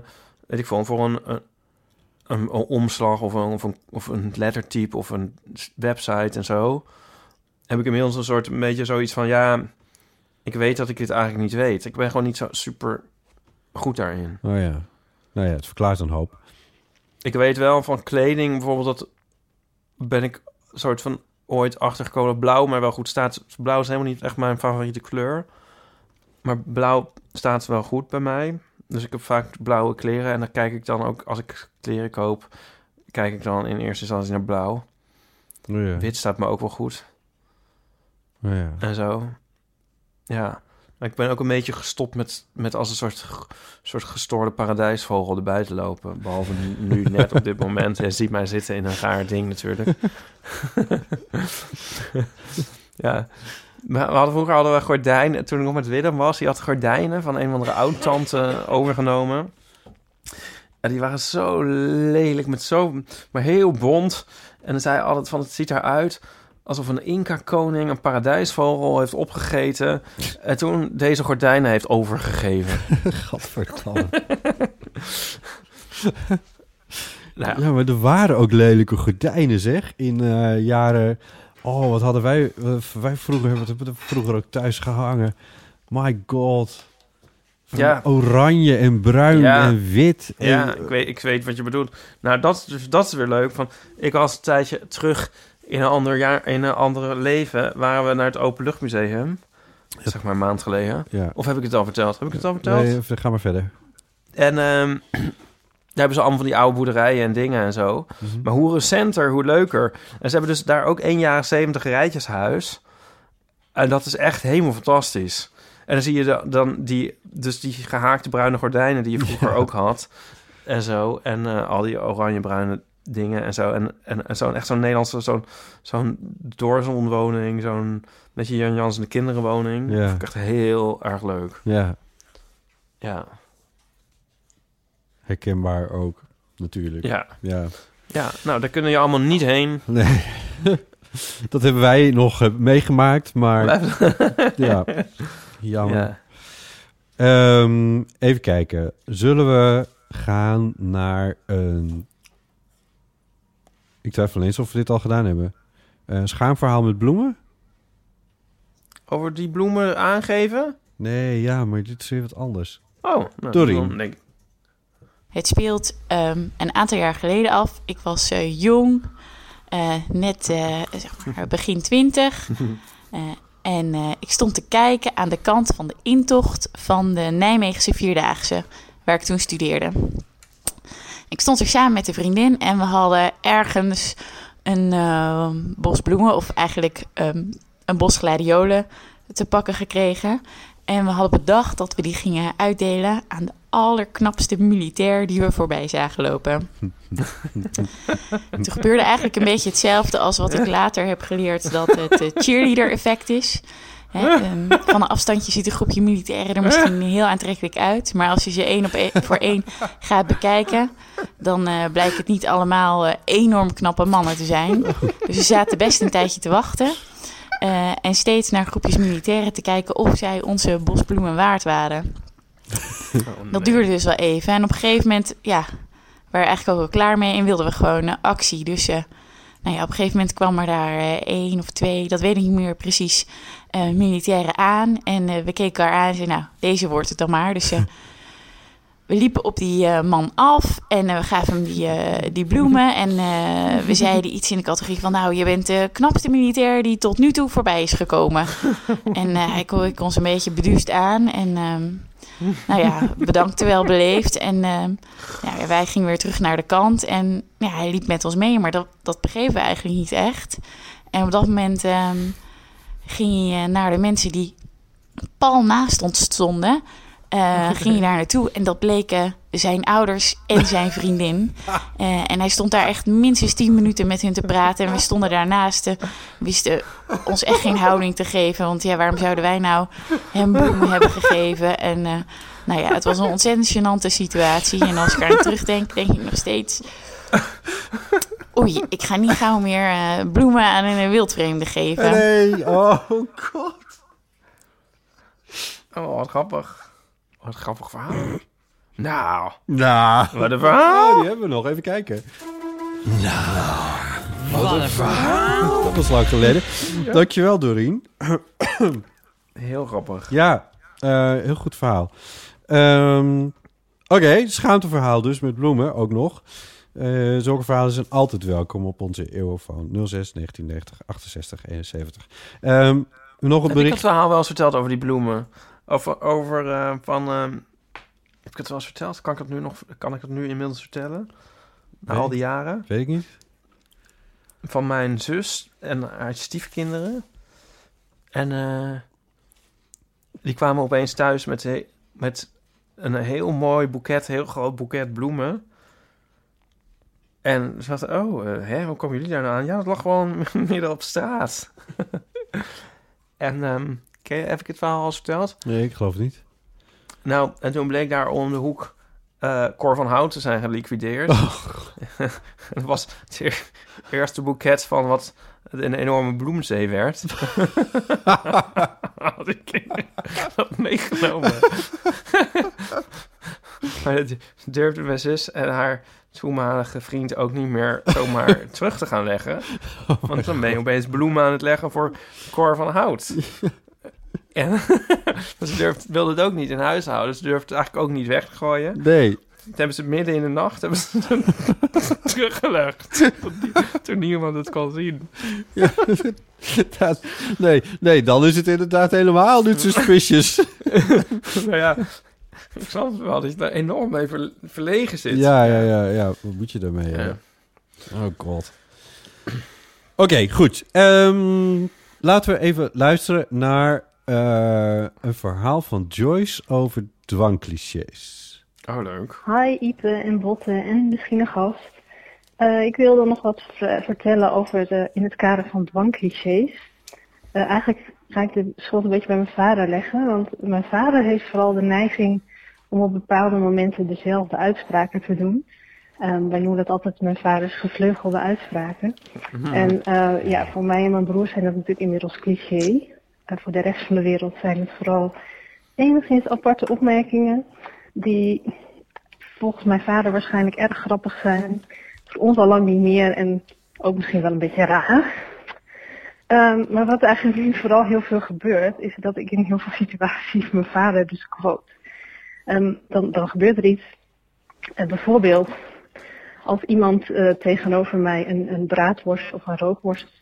een omslag of een lettertype of een website en zo, heb ik inmiddels een beetje zoiets van, ja, ik weet dat ik dit eigenlijk niet weet. Ik ben gewoon niet zo super goed daarin. Oh ja. Nou ja, het verklaart een hoop. Ik weet wel van kleding bijvoorbeeld, dat ben ik soort van ooit achtergekomen dat blauw maar wel goed staat. Blauw is helemaal niet echt mijn favoriete kleur. Maar blauw staat wel goed bij mij. Dus ik heb vaak blauwe kleren. En dan kijk ik dan ook, als ik kleren koop, kijk ik dan in eerste instantie naar blauw. Oh ja. Wit staat me ook wel goed. Oh ja. En zo. Ja. Maar ik ben ook een beetje gestopt met als een soort gestoorde paradijsvogel erbij te lopen. Behalve nu net op dit moment. Je ziet mij zitten in een raar ding natuurlijk. Ja. Maar vroeger hadden we gordijnen. Toen ik nog met Willem was, die had gordijnen van een of andere oud-tante overgenomen. En die waren zo lelijk, maar heel bont. En dan zei hij altijd van, het ziet eruit alsof een Inca-koning een paradijsvogel heeft opgegeten en toen deze gordijnen heeft overgegeven. Gadverdamme. Nou, ja, maar er waren ook lelijke gordijnen, zeg. In jaren... Oh, wat hadden wij... wij vroeger ook thuis gehangen. My god. Ja. Oranje en bruin en wit. Ja, ik weet wat je bedoelt. Nou, dat is weer leuk. Ik was een tijdje terug in een ander jaar, in een andere leven, waren we naar het Openluchtmuseum. Zeg maar een maand geleden. Ja. Of heb ik het al verteld? Nee, ga maar verder. En daar hebben ze allemaal van die oude boerderijen en dingen en zo. Mm-hmm. Maar hoe recenter, hoe leuker. En ze hebben dus daar ook 1 jaren 70 rijtjeshuis. En dat is echt helemaal fantastisch. En dan zie je dan die gehaakte bruine gordijnen die je vroeger ook had. En zo. En al die oranje-bruine dingen en zo. En zo, echt zo'n Nederlandse, zo'n doorzonwoning. Zo'n beetje Jan Jans en de kinderenwoning. Ja. Dat vind ik echt heel erg leuk. Ja. Ja. Herkenbaar ook, natuurlijk. Ja. Ja. Ja, nou, daar kunnen je allemaal niet heen. Nee. Dat hebben wij nog meegemaakt, maar... ja. Jammer. Ja. Even kijken. Zullen we gaan naar een... Ik twijfel eens of we dit al gedaan hebben. Een schaamverhaal met bloemen? Over die bloemen aangeven? Nee, ja, maar dit is weer wat anders. Oh, nou, Dorien. Het speelt een aantal jaar geleden af. Ik was jong, net zeg maar begin 20. En ik stond te kijken aan de kant van de intocht van de Nijmeegse Vierdaagse, waar ik toen studeerde. Ik stond er samen met een vriendin en we hadden ergens een bos bloemen, of eigenlijk een bos gladiolen te pakken gekregen. En we hadden bedacht dat we die gingen uitdelen aan de allerknapste militair die we voorbij zagen lopen. Toen gebeurde eigenlijk een beetje hetzelfde als wat ik later heb geleerd, dat het cheerleader-effect is. Van een afstandje ziet een groepje militairen er misschien heel aantrekkelijk uit. Maar als je ze 1 voor 1 gaat bekijken, dan blijkt het niet allemaal enorm knappe mannen te zijn. Dus we zaten best een tijdje te wachten. En steeds naar groepjes militairen te kijken of zij onze bosbloemen waard waren. Dat duurde dus wel even. En op een gegeven moment, waren we eigenlijk ook wel klaar mee en wilden we gewoon actie. Dus op een gegeven moment kwam er daar 1 of 2, dat weet ik niet meer precies, militairen aan. En we keken elkaar aan en zeiden, nou, deze wordt het dan maar. Dus we liepen op die man af en we gaven hem die bloemen. En we zeiden iets in de categorie van, nou, je bent de knapste militair die tot nu toe voorbij is gekomen. En hij keek ons een beetje beduusd aan en bedankt, wel beleefd. En wij gingen weer terug naar de kant en hij liep met ons mee, maar dat begrepen we eigenlijk niet echt. En op dat moment ging hij naar de mensen die pal naast ons stonden. Ging hij daar naartoe en dat bleken zijn ouders en zijn vriendin. En hij stond daar echt minstens 10 minuten met hun te praten. En we stonden daarnaast, wisten ons echt geen houding te geven. Want waarom zouden wij nou hem bloemen hebben gegeven? En het was een ontzettend gênante situatie. En als ik aan terugdenk, denk ik nog steeds, oei, ik ga niet gauw meer bloemen aan een wildvreemde geven. Nee, oh god. Oh, wat grappig. Wat een grappig verhaal. Nou. Wat een verhaal. Oh, die hebben we nog. Even kijken. Nou. Wat een verhaal. Dat was lang geleden. Ja. Dankjewel, Doreen. Heel grappig. Ja, heel goed verhaal. Oké, schaamteverhaal dus met bloemen ook nog. Zulke verhalen zijn altijd welkom op onze eeuwofoon 06 1990 68 71. Nog een bericht. Heb ik het verhaal wel eens verteld over die bloemen? Heb ik het wel eens verteld? Kan ik het nu inmiddels vertellen? Na al die jaren? Weet ik niet. Van mijn zus en haar stiefkinderen. En die kwamen opeens thuis met een heel mooi boeket, heel groot boeket bloemen. En ze dachten, hoe komen jullie daar nou aan? Ja, dat lag gewoon midden op straat. En heb ik het verhaal al eens verteld? Nee, ik geloof het niet. Nou, en toen bleek daar om de hoek Cor van Hout te zijn geliquideerd. Dat was het eerste boeket van wat een enorme bloemenzee werd. Had ik dat meegenomen. Maar dat durfde mijn zus en haar toenmalige vriend ook niet meer zomaar terug te gaan leggen. Want dan ben je opeens bloemen aan het leggen voor Cor van Hout. En ze wilde het ook niet in huis houden. Ze durfde het eigenlijk ook niet weggooien. Nee. Toen hebben ze midden in de nacht teruggelegd. Toen niemand het kon zien. Ja, nee, dan is het inderdaad helemaal niet suspicious. Nou ja, ik snap het wel dat je daar enorm mee verlegen zit. Ja. Wat moet je daarmee? Ja. Oh god. Oké, goed. Laten we even luisteren naar een verhaal van Joyce over dwangclichés. Oh, leuk. Hi Ipe en Botte en misschien een gast. Ik wilde nog wat vertellen over in het kader van dwangclichés. Eigenlijk ga ik de schuld een beetje bij mijn vader leggen. Want mijn vader heeft vooral de neiging om op bepaalde momenten dezelfde uitspraken te doen. Wij noemen dat altijd mijn vaders gevleugelde uitspraken. Mm-hmm. En voor mij en mijn broer zijn dat natuurlijk inmiddels cliché. Voor de rest van de wereld zijn het vooral enigszins aparte opmerkingen die volgens mijn vader waarschijnlijk erg grappig zijn. Voor ons al lang niet meer en ook misschien wel een beetje raar. Maar wat eigenlijk nu vooral heel veel gebeurt, is dat ik in heel veel situaties mijn vader dus quote. Dan gebeurt er iets. Bijvoorbeeld, als iemand tegenover mij een braadworst of een rookworst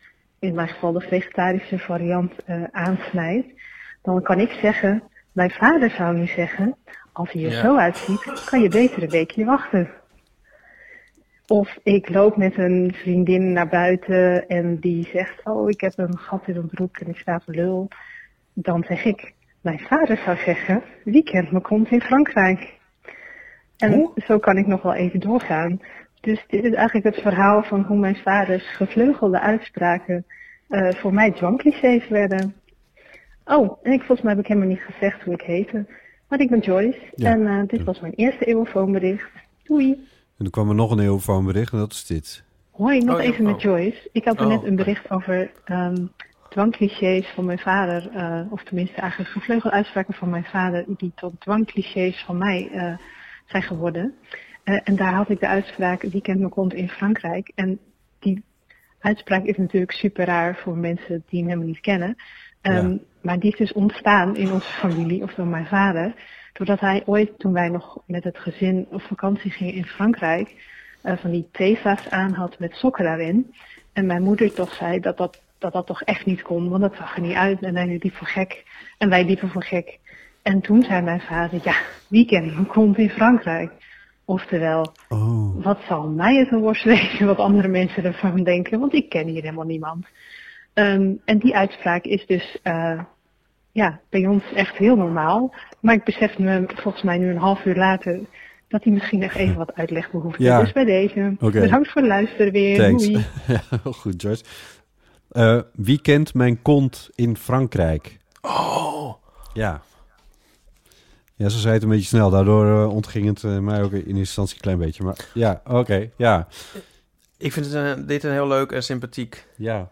in mijn geval de vegetarische variant, aansnijdt, dan kan ik zeggen, mijn vader zou nu zeggen, als hij er zo uitziet, kan je beter een weekje wachten. Of ik loop met een vriendin naar buiten en die zegt, oh, ik heb een gat in mijn broek en ik sta voor lul. Dan zeg ik, mijn vader zou zeggen, wie kent mijn kont in Frankrijk? En zo kan ik nog wel even doorgaan. Dus dit is eigenlijk het verhaal van hoe mijn vaders gevleugelde uitspraken voor mij dwangclichés werden. Oh, en volgens mij heb ik helemaal niet gezegd hoe ik heette. Maar ik ben Joyce en dit was mijn eerste eeuwenfoonbericht. Doei! En er kwam er nog een eeuwenfoonbericht en dat is dit. Hoi, nog even met Joyce. Ik had er net een bericht over dwangclichés van mijn vader. Of tenminste eigenlijk gevleugelde uitspraken van mijn vader die tot dwangclichés van mij zijn geworden. En daar had ik de uitspraak, wie kent mijn kont in Frankrijk? En die uitspraak is natuurlijk super raar voor mensen die hem helemaal niet kennen. Maar die is dus ontstaan in onze familie, of door mijn vader. Doordat hij ooit, toen wij nog met het gezin op vakantie gingen in Frankrijk, van die teva's aan had met sokken daarin. En mijn moeder toch zei dat toch echt niet kon, want dat zag er niet uit. En hij liep voor gek. En wij liepen voor gek. En toen zei mijn vader, ja, wie kent mijn kont in Frankrijk? Oftewel, wat zal mij het een worst wezen wat andere mensen ervan denken, want ik ken hier helemaal niemand. En die uitspraak is dus bij ons echt heel normaal. Maar ik besef me volgens mij nu een half uur later dat hij misschien nog even wat uitleg behoeft. Ja. Dus bij deze. Okay. Bedankt voor het luisteren weer. Thanks. Doei. Ja, heel goed, Joyce. Wie kent mijn kont in Frankrijk? Oh. Ja. Ja, ze zei het een beetje snel. Daardoor ontging het mij ook in eerste instantie een klein beetje. Maar ja, oké, ja. Ik vind dit een heel leuk en sympathiek. Ja.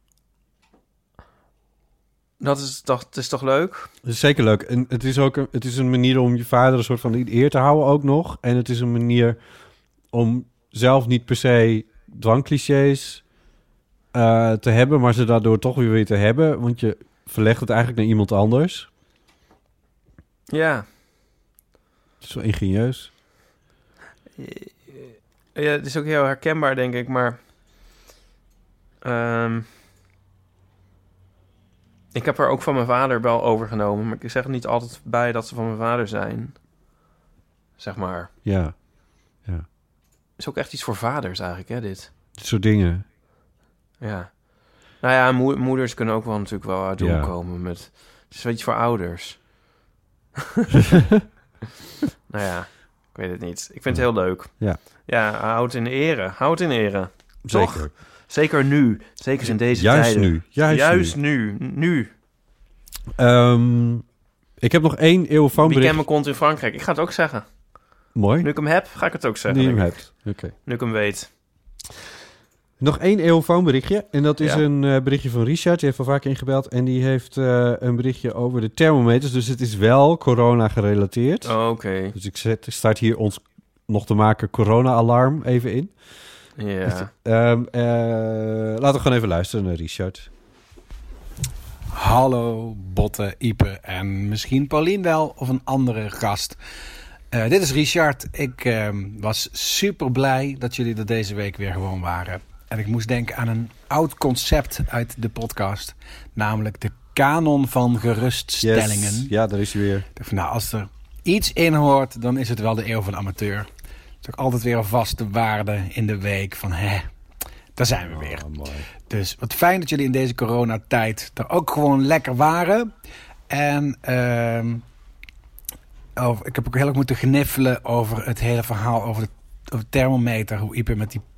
Dat is toch leuk? Het is zeker leuk. En het is een manier om je vader een soort van in eer te houden ook nog. En het is een manier om zelf niet per se dwangclichés te hebben, maar ze daardoor toch weer te hebben. Want je verlegt het eigenlijk naar iemand anders. Ja. Het is wel ingenieus. Ja, het is ook heel herkenbaar, denk ik, maar ik heb er ook van mijn vader wel overgenomen, maar ik zeg er niet altijd bij dat ze van mijn vader zijn. Zeg maar. Ja. Ja. Is ook echt iets voor vaders eigenlijk, hè, dit soort dingen. Ja. Nou ja, moeders kunnen ook wel natuurlijk wel uit de hoek komen met... Het is wel iets voor ouders. Nou ja, ik weet het niet. Ik vind het heel leuk. Ja. Ja, houd in ere. Houd in ere. Zeker. Toch? Zeker nu. Zeker in deze tijden. Juist nu. Ik heb nog 1 eeuwenfoonbericht. Wie kent mijn kont in Frankrijk? Ik ga het ook zeggen. Mooi. Nu ik hem heb, ga ik het ook zeggen. Nu je hem hebt. Okay. Nu ik hem weet. Nog 1 eeuwenfoonberichtje. En dat is een berichtje van Richard. Die heeft al vaak ingebeld. En die heeft een berichtje over de thermometers. Dus het is wel corona gerelateerd. Oké. Dus ik start hier ons nog te maken corona-alarm even in. Ja. Dus, laten we gewoon even luisteren naar Richard. Hallo, Botte, Ipe en misschien Paulien wel of een andere gast. Dit is Richard. Ik was super blij dat jullie er deze week weer gewoon waren. En ik moest denken aan een oud concept uit de podcast. Namelijk de kanon van geruststellingen. Yes. Ja, daar is hij weer. Nou, als er iets in hoort, dan is het wel de eeuw van de amateur. Het is ook altijd weer een vaste waarde in de week van daar zijn we weer. Mooi. Dus wat fijn dat jullie in deze coronatijd er ook gewoon lekker waren. En ik heb ook heel erg moeten gniffelen over het hele verhaal over de thermometer. Hoe Ipe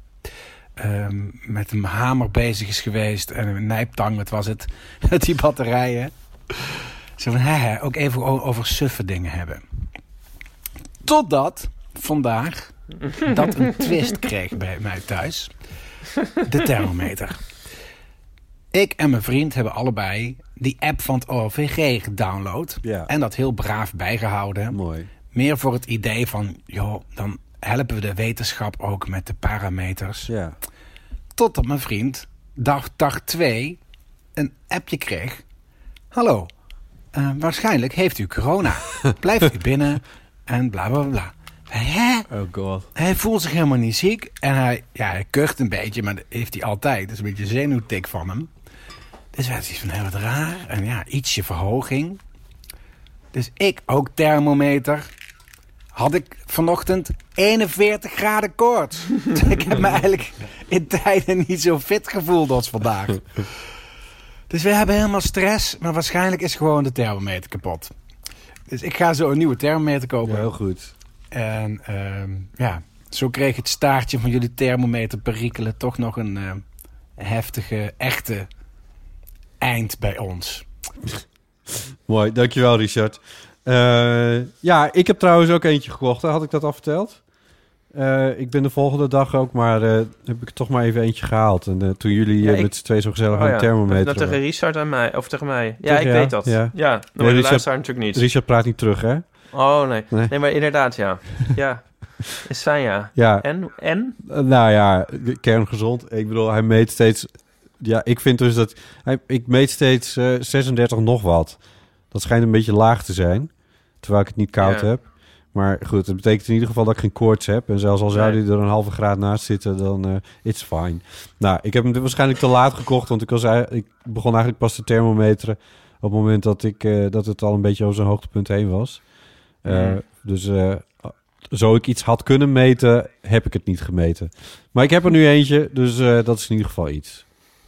met een hamer bezig is geweest. En een nijptang, wat was het? Met die batterijen. Zo van, ook even over suffe dingen hebben. Totdat vandaag dat een twist kreeg bij mij thuis. De thermometer. Ik en mijn vriend hebben allebei die app van het OVG gedownload. Ja. En dat heel braaf bijgehouden. Mooi. Meer voor het idee van, dan helpen we de wetenschap ook met de parameters. Ja. Totdat mijn vriend dag 2 een appje kreeg. Hallo, waarschijnlijk heeft u corona. Blijft u binnen en bla bla bla. Oh god. Hij voelt zich helemaal niet ziek. En hij kucht een beetje, maar dat heeft hij altijd. Dat is een beetje zenuwtik van hem. Dus werd iets van heel wat raar. En ja, ietsje verhoging. Dus ik ook thermometer. Had ik vanochtend 41 graden koorts. Dus ik heb me eigenlijk in tijden niet zo fit gevoeld als vandaag. Dus we hebben helemaal stress. Maar waarschijnlijk is gewoon de thermometer kapot. Dus ik ga zo een nieuwe thermometer kopen. Ja, heel goed. En zo kreeg het staartje van jullie thermometerperikelen toch nog een heftige, echte eind bij ons. Mooi, dankjewel Richard. Ja, ik heb trouwens ook eentje gekocht. Had ik dat al verteld? Ik ben de volgende dag ook, maar heb ik toch maar even eentje gehaald. En toen jullie met z'n twee zo gezellig aan de thermometer... Dat tegen Richard en mij, of tegen mij. Ja, ik weet dat. Ja, maar de luisteraar natuurlijk niet. Richard praat niet terug, hè? Oh, nee. Nee, maar inderdaad, ja. Ja, is fijn, ja. Ja. En? Nou ja, kerngezond. Ik bedoel, hij meet steeds... Ja, ik vind dus dat... Ik meet steeds 36 nog wat. Dat schijnt een beetje laag te zijn. Terwijl ik het niet koud heb. Maar goed, dat betekent in ieder geval dat ik geen koorts heb. En zelfs al zou die er een halve graad naast zitten, dan it's fine. Nou, ik heb hem waarschijnlijk te laat gekocht. Want ik begon eigenlijk pas te thermometeren op het moment dat het al een beetje over zijn hoogtepunt heen was. Dus zo ik iets had kunnen meten, heb ik het niet gemeten. Maar ik heb er nu eentje, dus dat is in ieder geval iets.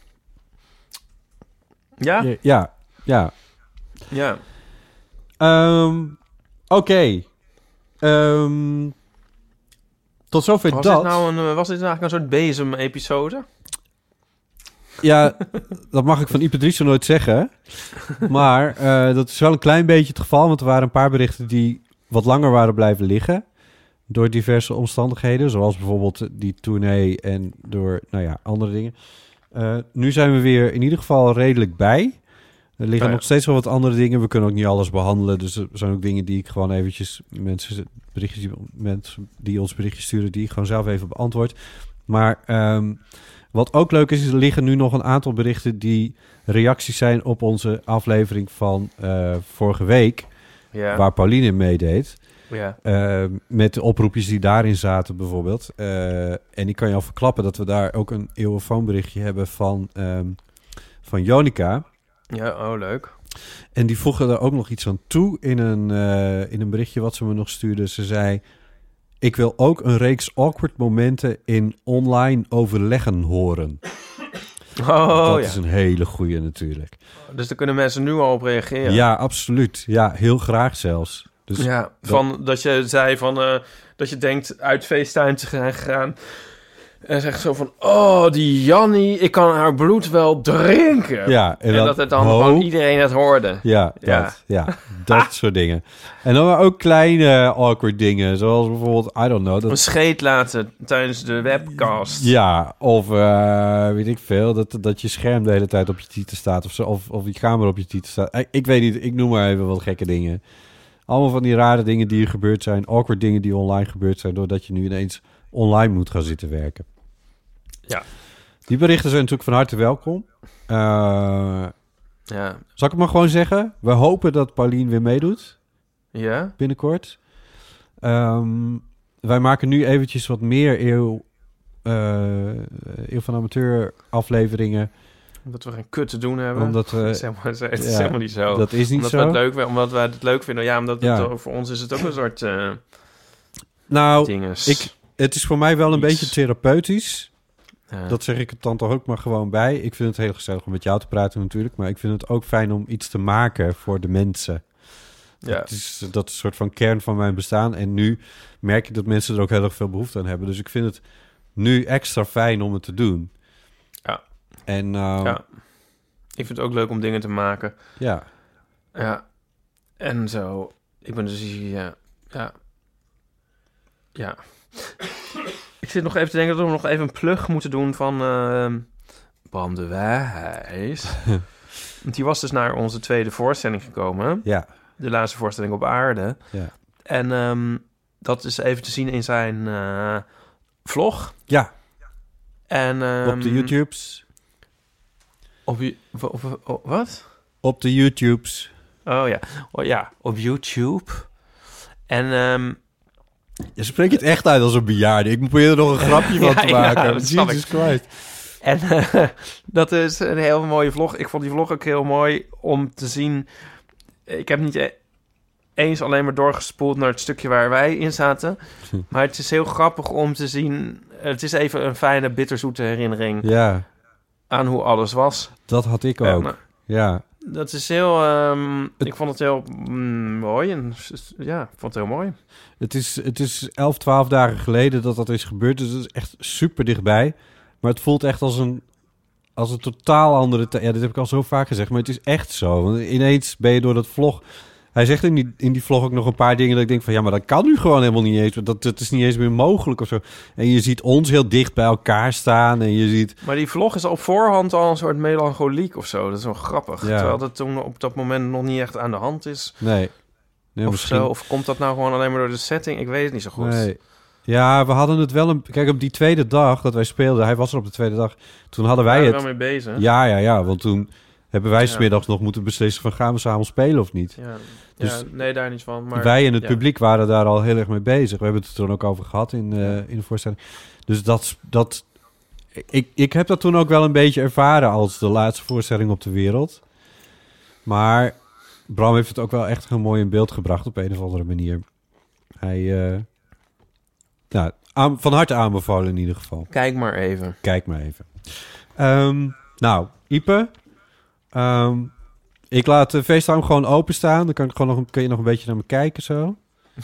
Ja? Ja. Oké. Tot zover was dat. Was dit eigenlijk een soort bezem-episode? Ja, dat mag ik van Ipe Driessen nooit zeggen. Maar dat is wel een klein beetje het geval. Want er waren een paar berichten die wat langer waren blijven liggen. Door diverse omstandigheden. Zoals bijvoorbeeld die tournee en door andere dingen. Nu zijn we weer in ieder geval redelijk bij. Er liggen nog steeds wel wat andere dingen. We kunnen ook niet alles behandelen. Dus er zijn ook dingen die ik gewoon eventjes... mensen die ons berichtjes sturen... die ik gewoon zelf even beantwoord. Maar wat ook leuk is... er liggen nu nog een aantal berichten... die reacties zijn op onze aflevering van vorige week... Ja. Waar Pauline in meedeed. Ja. Met de oproepjes die daarin zaten bijvoorbeeld. En ik kan je al verklappen... dat we daar ook een eeuwenfoonberichtje hebben van Jonica... Ja, leuk. En die voegde er ook nog iets aan toe in een berichtje wat ze me nog stuurde. Ze zei, ik wil ook een reeks awkward momenten in online overleggen horen. Dat is een hele goeie natuurlijk. Dus daar kunnen mensen nu al op reageren. Ja, absoluut. Ja, heel graag zelfs. Dus ja, dat je zei dat je denkt uit FaceTime te gaan... En zegt zo van, die Jannie, ik kan haar bloed wel drinken. Ja, en dat het dan gewoon iedereen het hoorde. Dat soort dingen. En dan ook kleine awkward dingen, zoals bijvoorbeeld, I don't know. Een scheet laten tijdens de webcast. Ja, of weet ik veel, dat je scherm de hele tijd op je titel staat of zo, of je camera op je titel staat. Ik weet niet, ik noem maar even wat gekke dingen. Allemaal van die rare dingen die er gebeurd zijn, awkward dingen die online gebeurd zijn, doordat je nu ineens online moet gaan zitten werken. Ja. Die berichten zijn natuurlijk van harte welkom. Zal ik het maar gewoon zeggen? We hopen dat Paulien weer meedoet. Ja. Binnenkort. Wij maken nu eventjes wat meer Eeuw van Amateur afleveringen. Omdat we geen kut te doen hebben. Omdat we, het is helemaal niet zo. Dat is niet omdat zo. Omdat wij het leuk vinden. Ja, omdat voor ons is het ook een soort dinges. Het is voor mij wel een Iets. beetje therapeutisch. Ja. Dat zeg ik het dan toch ook maar gewoon bij. Ik vind het heel gezellig om met jou te praten natuurlijk. Maar ik vind het ook fijn om iets te maken voor de mensen. Ja. Dat is een soort van kern van mijn bestaan. En nu merk ik dat mensen er ook heel erg veel behoefte aan hebben. Dus ik vind het nu extra fijn om het te doen. Ja. En ik vind het ook leuk om dingen te maken. Ja. Ja. En zo. Ik ben dus ja. Ik zit nog even te denken dat we nog even een plug moeten doen van Bram de Wijs. Want die was dus naar onze tweede voorstelling gekomen. Ja. De laatste voorstelling op aarde. Ja. En dat is even te zien in zijn vlog. Ja. En op de YouTubes. Wat? Op de YouTubes. Oh ja, op YouTube. En je spreekt het echt uit als een bejaarde. Ik probeer er nog een grapje van te maken. Ja, Jesus Christ. En dat is een heel mooie vlog. Ik vond die vlog ook heel mooi om te zien. Ik heb niet eens alleen maar doorgespoeld naar het stukje waar wij in zaten. Maar het is heel grappig om te zien. Het is even een fijne, bitterzoete herinnering aan hoe alles was. Dat had ik ook. Ja. Dat is heel... ik vond het heel mooi. En ja, ik vond het heel mooi. Het is 11, 12 dagen geleden dat is gebeurd. Dus het is echt super dichtbij. Maar het voelt echt als een totaal andere... Ja, dit heb ik al zo vaak gezegd. Maar het is echt zo. Want ineens ben je door dat vlog... Hij zegt in die vlog ook nog een paar dingen dat ik denk van... ja, maar dat kan nu gewoon helemaal niet eens. Dat is niet eens meer mogelijk of zo. En je ziet ons heel dicht bij elkaar staan en je ziet... Maar die vlog is op voorhand al een soort melancholiek of zo. Dat is wel grappig. Ja. Terwijl dat toen op dat moment nog niet echt aan de hand is. Nee of misschien... zo. Of komt dat nou gewoon alleen maar door de setting? Ik weet het niet zo goed. Nee. Ja, we hadden het wel Kijk, op die tweede dag dat wij speelden... Hij was er op de tweede dag. Toen hadden wij het... wel mee bezig. Ja. Want toen hebben wij 's middags nog moeten beslissen van... gaan we samen spelen of niet? Ja. Dus nee, daar niet van. Maar, wij en het publiek waren daar al heel erg mee bezig. We hebben het er toen ook over gehad in de voorstelling. Dus ik heb dat toen ook wel een beetje ervaren... als de laatste voorstelling op de wereld. Maar Bram heeft het ook wel echt heel mooi in beeld gebracht... op een of andere manier. Hij... van harte aanbevolen in ieder geval. Kijk maar even. Nou, Ipe... ik laat de FaceTime gewoon openstaan. Dan kun je nog een beetje naar me kijken zo.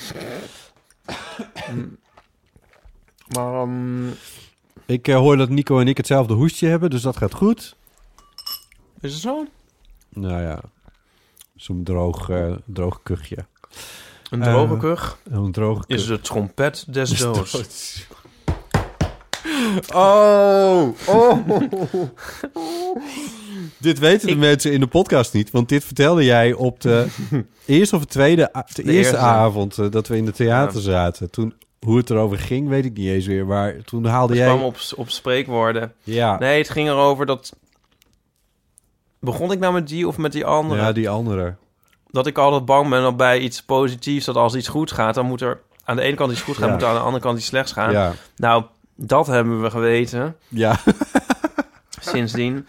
Maar ik hoor dat Nico en ik hetzelfde hoestje hebben, dus dat gaat goed. Is het zo? Nou ja, zo'n droog kuchje. Een droge kuch? Een droge kuch. Is de trompet des doods. Oh. Dit weten de mensen in de podcast niet, want dit vertelde jij op de eerste of de eerste avond dat we in de theater zaten. Toen, hoe het erover ging, weet ik niet eens weer, maar toen haalde jij... Het kwam op spreekwoorden. Ja. Nee, het ging erover dat... Begon ik nou met die of met die andere? Ja, die andere. Dat ik altijd bang ben dat bij iets positiefs, dat als iets goed gaat, dan moet er aan de ene kant iets goed gaan, moet er aan de andere kant iets slechts gaan. Ja. Nou, dat hebben we geweten. Ja. Sindsdien.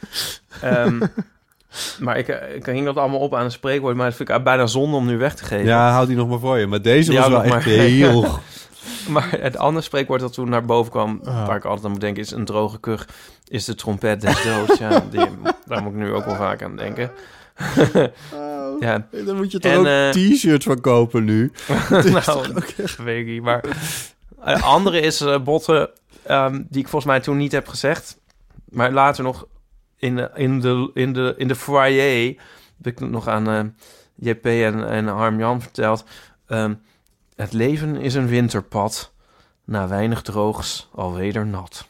Maar ik hing dat allemaal op aan een spreekwoord, maar dat vind ik bijna zonde om nu weg te geven. Ja, houd die nog maar voor je. Maar deze was wel echt heel... Maar het andere spreekwoord dat toen naar boven kwam, waar ik altijd aan moet denken, is een droge kuch, is de trompet des doods. Ja, daar moet ik nu ook wel vaak aan denken. Ja. Dan moet je toch ook t-shirts van kopen nu. Nou, weet ik niet. Maar andere is botten die ik volgens mij toen niet heb gezegd. Maar later nog in de foyer heb ik nog aan JP en Harm-Jan verteld. Het leven is een winterpad. Na weinig droogs alweder nat.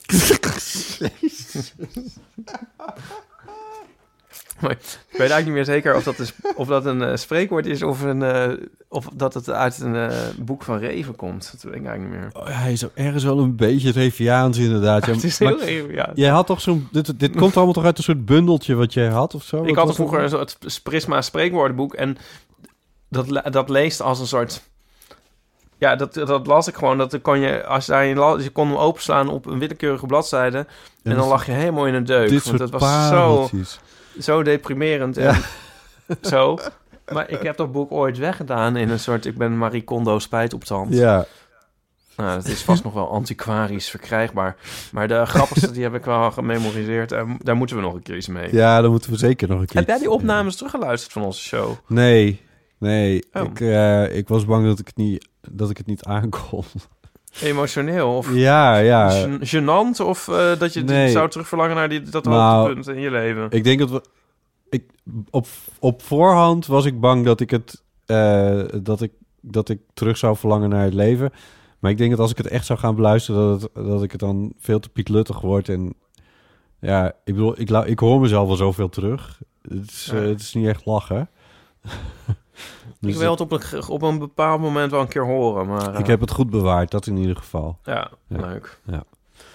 Maar ik weet eigenlijk niet meer zeker of dat een spreekwoord is of dat het uit een boek van Reven komt. Dat weet ik eigenlijk niet meer. Oh, hij is ook ergens wel een beetje het Reviaans inderdaad. Het is heel Reviaans. Jij had toch zo'n... Dit komt allemaal toch uit een soort bundeltje wat jij had of zo? Ik had vroeger het Prisma spreekwoordenboek en dat leest als een soort... Ja, dat las ik gewoon. Dat kon je, als daarin las, je kon hem openslaan op een willekeurige bladzijde en dan lag je helemaal in een deuk. Want het was zo deprimerend en zo. Maar ik heb dat boek ooit weggedaan in een soort... Ik ben Marie Kondo spijt op tand. Ja. Nou, het is vast nog wel antiquarisch verkrijgbaar. Maar de grappigste, die heb ik wel gememoriseerd. Daar moeten we nog een keer iets mee. Ja, daar moeten we zeker nog een keer. Heb jij die opnames teruggeluisterd van onze show? Nee. Oh. Ik was bang dat ik het niet aankon. Emotioneel? Of ja. Gênant? Of dat je zou terugverlangen naar dat hoogtepunt in je leven? Ik denk dat op voorhand was ik bang dat ik het dat ik terug zou verlangen naar het leven. Maar ik denk dat als ik het echt zou gaan beluisteren, dat ik het dan veel te pietluttig word. En ja, ik bedoel, ik hoor mezelf wel zoveel terug. Het is niet echt lachen. Dus ik wil het op een bepaald moment wel een keer horen. Maar, ik heb het goed bewaard, dat in ieder geval. Ja. Leuk. Ja.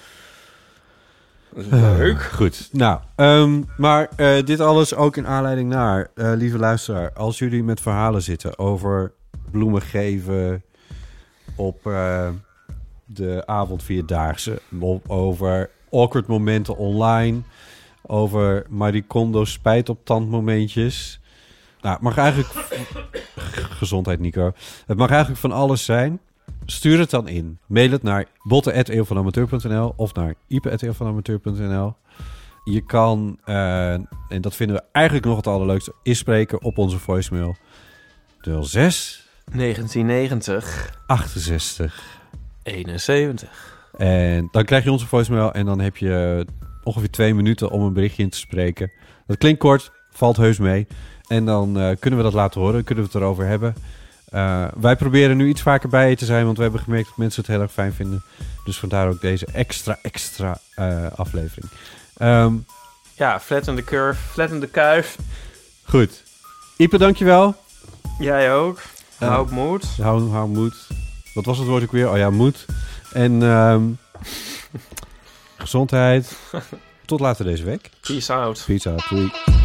Leuk. Goed. Nou, maar dit alles ook in aanleiding naar, lieve luisteraar, als jullie met verhalen zitten over bloemen geven op de avondvierdaagse, over awkward momenten online. Over Marie Kondo spijt op tandmomentjes. Nou, het mag eigenlijk... Gezondheid, Nico. Het mag eigenlijk van alles zijn. Stuur het dan in. Mail het naar botten@eeuwvanamateur.nl of naar ipe@eeuwvanamateur.nl. Je kan, en dat vinden we eigenlijk nog het allerleukste, inspreken op onze voicemail 06 1990 68 71. En dan krijg je onze voicemail en dan heb je ongeveer 2 minuten om een berichtje in te spreken. Dat klinkt kort, valt heus mee. En dan kunnen we dat laten horen, kunnen we het erover hebben. Wij proberen nu iets vaker bij je te zijn, want we hebben gemerkt dat mensen het heel erg fijn vinden. Dus vandaar ook deze extra aflevering. Ja, flatten the curve, flatten de kuif. Goed. Ipe, dankjewel. Jij ook. Hou moed. Hou moed. Wat was het woord ook weer? Oh ja, moed. En gezondheid. Tot later deze week. Peace out. Peace out. Doei.